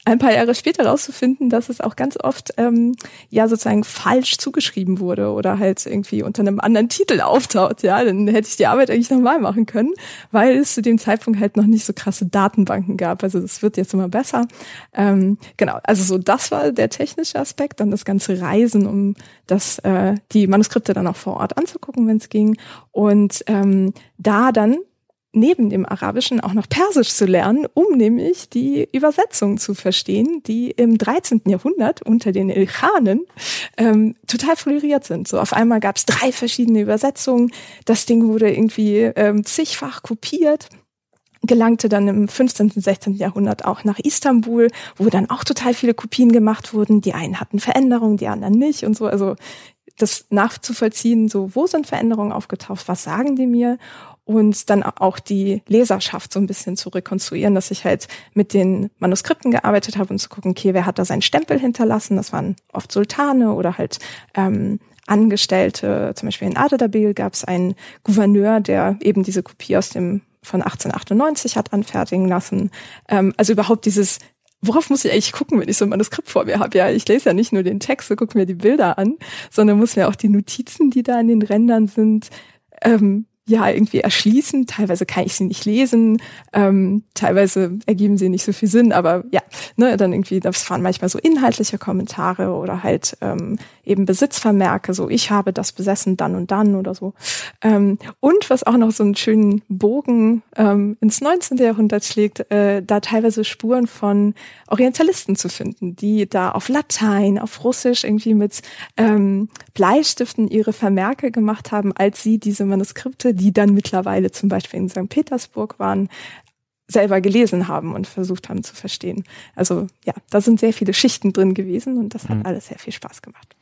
ein paar Jahre später rauszufinden, dass es auch ganz oft ähm, ja sozusagen falsch zugeschrieben wurde oder halt irgendwie unter einem anderen Titel auftaucht. Ja, dann hätte ich die Arbeit eigentlich nochmal machen können, weil es zu dem Zeitpunkt halt noch nicht so krasse Datenbanken gab. Also das wird jetzt immer besser. Ähm, genau, also so das war der technische Aspekt, dann das ganze Reisen, um das äh, die Manuskripte dann auch vor Ort anzugucken, wenn es ging. Und ähm, da dann neben dem Arabischen auch noch Persisch zu lernen, um nämlich die Übersetzungen zu verstehen, die im dreizehnten Jahrhundert unter den Ilkhanen ähm, total floriert sind. So auf einmal gab es drei verschiedene Übersetzungen, das Ding wurde irgendwie ähm, zigfach kopiert, gelangte dann im fünfzehnten, sechzehnten Jahrhundert auch nach Istanbul, wo dann auch total viele Kopien gemacht wurden. Die einen hatten Veränderungen, die anderen nicht und so. Also das nachzuvollziehen, so wo sind Veränderungen aufgetaucht, was sagen die mir? Und dann auch die Leserschaft so ein bisschen zu rekonstruieren, dass ich halt mit den Manuskripten gearbeitet habe und zu gucken, okay, wer hat da seinen Stempel hinterlassen? Das waren oft Sultane oder halt ähm, Angestellte. Zum Beispiel in Ardabil gab es einen Gouverneur, der eben diese Kopie aus dem von achtzehnhundertachtundneunzig hat anfertigen lassen. Ähm, also überhaupt dieses, worauf muss ich eigentlich gucken, wenn ich so ein Manuskript vor mir habe? Ja, ich lese ja nicht nur den Text und gucke mir die Bilder an, sondern muss mir auch die Notizen, die da an den Rändern sind, ähm, ja, irgendwie erschließen. Teilweise kann ich sie nicht lesen, ähm, teilweise ergeben sie nicht so viel Sinn, aber ja, ne, dann irgendwie, das waren manchmal so inhaltliche Kommentare oder halt ähm, eben Besitzvermerke, so ich habe das besessen dann und dann oder so. Ähm, und was auch noch so einen schönen Bogen ähm, ins neunzehnten Jahrhundert schlägt, äh, da teilweise Spuren von Orientalisten zu finden, die da auf Latein, auf Russisch irgendwie mit ähm, Bleistiften ihre Vermerke gemacht haben, als sie diese Manuskripte, die dann mittlerweile zum Beispiel in Sankt Petersburg waren, selber gelesen haben und versucht haben zu verstehen. Also ja, da sind sehr viele Schichten drin gewesen und das hat mhm. alles sehr viel Spaß gemacht.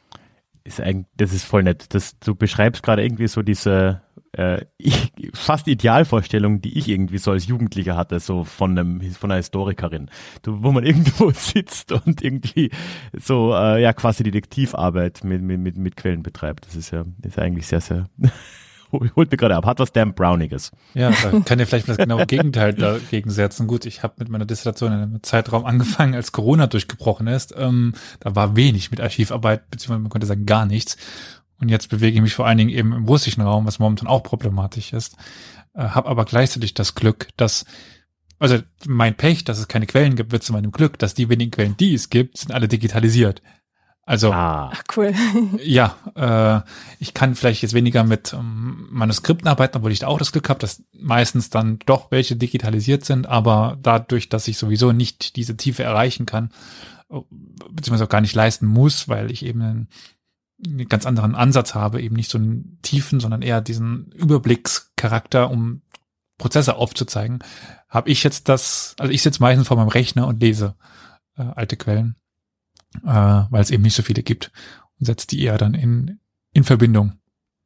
Ist eigentlich, das ist voll nett. Das, du beschreibst gerade irgendwie so diese äh, ich, fast Idealvorstellung, die ich irgendwie so als Jugendlicher hatte, so von einem von einer Historikerin, du, wo man irgendwo sitzt und irgendwie so äh, ja quasi Detektivarbeit mit, mit, mit Quellen betreibt. Das ist ja ist eigentlich sehr, sehr holt mir gerade ab, hat was damn Browniges. Ja, da kann ihr vielleicht das genaue Gegenteil dagegen setzen. Gut, ich habe mit meiner Dissertation in einem Zeitraum angefangen, als Corona durchgebrochen ist. Ähm, da war wenig mit Archivarbeit, beziehungsweise man könnte sagen gar nichts. Und jetzt bewege ich mich vor allen Dingen eben im russischen Raum, was momentan auch problematisch ist. Äh, habe aber gleichzeitig das Glück, dass, also mein Pech, dass es keine Quellen gibt, wird zu meinem Glück, dass die wenigen Quellen, die es gibt, sind alle digitalisiert. Also, ah. Ach cool. Ja, äh, ich kann vielleicht jetzt weniger mit ähm, Manuskripten arbeiten, obwohl ich da auch das Glück habe, dass meistens dann doch welche digitalisiert sind, aber dadurch, dass ich sowieso nicht diese Tiefe erreichen kann, beziehungsweise auch gar nicht leisten muss, weil ich eben einen, einen ganz anderen Ansatz habe, eben nicht so einen tiefen, sondern eher diesen Überblickscharakter, um Prozesse aufzuzeigen, habe ich jetzt das, also ich sitze meistens vor meinem Rechner und lese äh, alte Quellen. Äh, weil es eben nicht so viele gibt und setzt die eher dann in in Verbindung.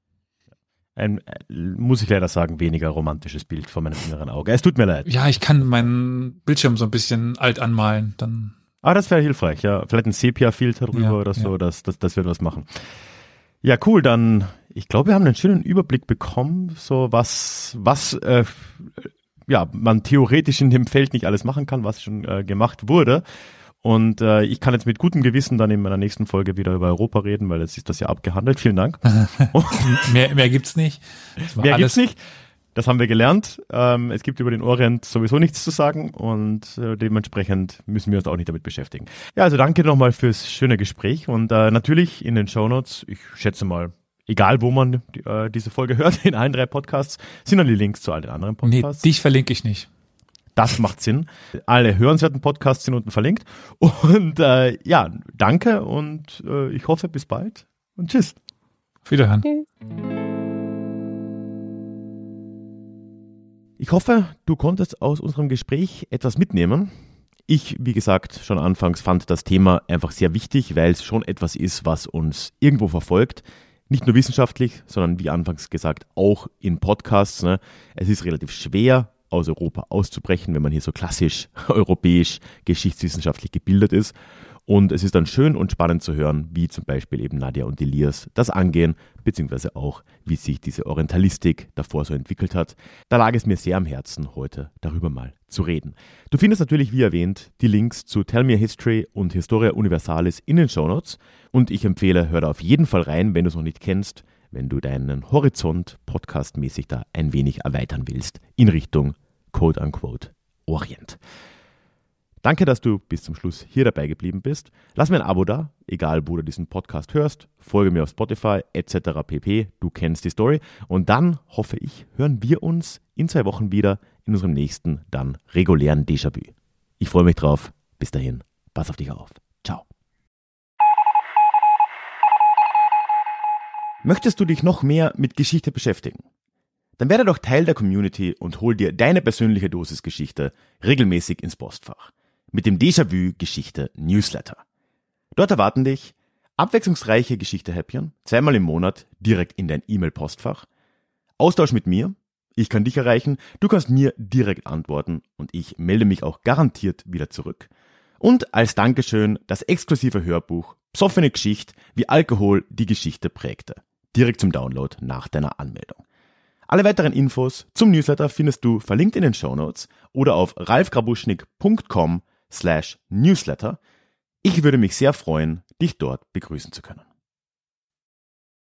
Ein, muss ich leider sagen, weniger romantisches Bild vor meinem inneren Auge. Es tut mir leid. Ja, ich kann meinen Bildschirm so ein bisschen alt anmalen, dann. Ah, das wäre hilfreich, ja. Vielleicht ein Sepia-Filter drüber ja, oder so, ja. das, das, das wird was machen. Ja, cool, dann, ich glaube, wir haben einen schönen Überblick bekommen, so was, was, äh, ja, man theoretisch in dem Feld nicht alles machen kann, was schon äh, gemacht wurde. Und äh, ich kann jetzt mit gutem Gewissen dann in meiner nächsten Folge wieder über Europa reden, weil jetzt ist das ja abgehandelt. Vielen Dank. mehr mehr gibt's nicht. Mehr gibt's nicht. Das haben wir gelernt. Ähm, es gibt über den Orient sowieso nichts zu sagen und äh, dementsprechend müssen wir uns auch nicht damit beschäftigen. Ja, also danke nochmal fürs schöne Gespräch und äh, natürlich in den Shownotes, ich schätze mal, egal wo man die, äh, diese Folge hört, in allen drei Podcasts, sind dann die Links zu all den anderen Podcasts. Nee, dich verlinke ich nicht. Das macht Sinn. Alle hörenswerten Podcasts sind unten verlinkt. Und äh, ja, danke und äh, ich hoffe, bis bald und tschüss. Auf Wiederhören. Ich hoffe, du konntest aus unserem Gespräch etwas mitnehmen. Ich, wie gesagt, schon anfangs fand das Thema einfach sehr wichtig, weil es schon etwas ist, was uns irgendwo verfolgt. Nicht nur wissenschaftlich, sondern wie anfangs gesagt, auch in Podcasts. Ne? Es ist relativ schwer, aus Europa auszubrechen, wenn man hier so klassisch europäisch geschichtswissenschaftlich gebildet ist. Und es ist dann schön und spannend zu hören, wie zum Beispiel eben Nadja und Elias das angehen, beziehungsweise auch, wie sich diese Orientalistik davor so entwickelt hat. Da lag es mir sehr am Herzen, heute darüber mal zu reden. Du findest natürlich, wie erwähnt, die Links zu Tell Me a History und Historia Universalis in den Shownotes. Und ich empfehle, hör da auf jeden Fall rein, wenn du es noch nicht kennst, wenn du deinen Horizont podcastmäßig da ein wenig erweitern willst in Richtung quote-unquote Orient. Danke, dass du bis zum Schluss hier dabei geblieben bist. Lass mir ein Abo da, egal wo du diesen Podcast hörst. Folge mir auf Spotify et cetera pp. Du kennst die Story. Und dann, hoffe ich, hören wir uns in zwei Wochen wieder in unserem nächsten, dann regulären Déjà-vu. Ich freue mich drauf. Bis dahin, pass auf dich auf. Ciao. Möchtest du dich noch mehr mit Geschichte beschäftigen? Dann werde doch Teil der Community und hol dir deine persönliche Dosis Geschichte regelmäßig ins Postfach. Mit dem Déjà-vu Geschichte Newsletter. Dort erwarten dich abwechslungsreiche Geschichte-Häppchen, zweimal im Monat direkt in dein E-Mail-Postfach, Austausch mit mir, ich kann dich erreichen, du kannst mir direkt antworten und ich melde mich auch garantiert wieder zurück. Und als Dankeschön das exklusive Hörbuch Psoffene Geschichte, wie Alkohol die Geschichte prägte. Direkt zum Download nach deiner Anmeldung. Alle weiteren Infos zum Newsletter findest du verlinkt in den Shownotes oder auf ralfgrabuschnik punkt com slash newsletter. Ich würde mich sehr freuen, dich dort begrüßen zu können.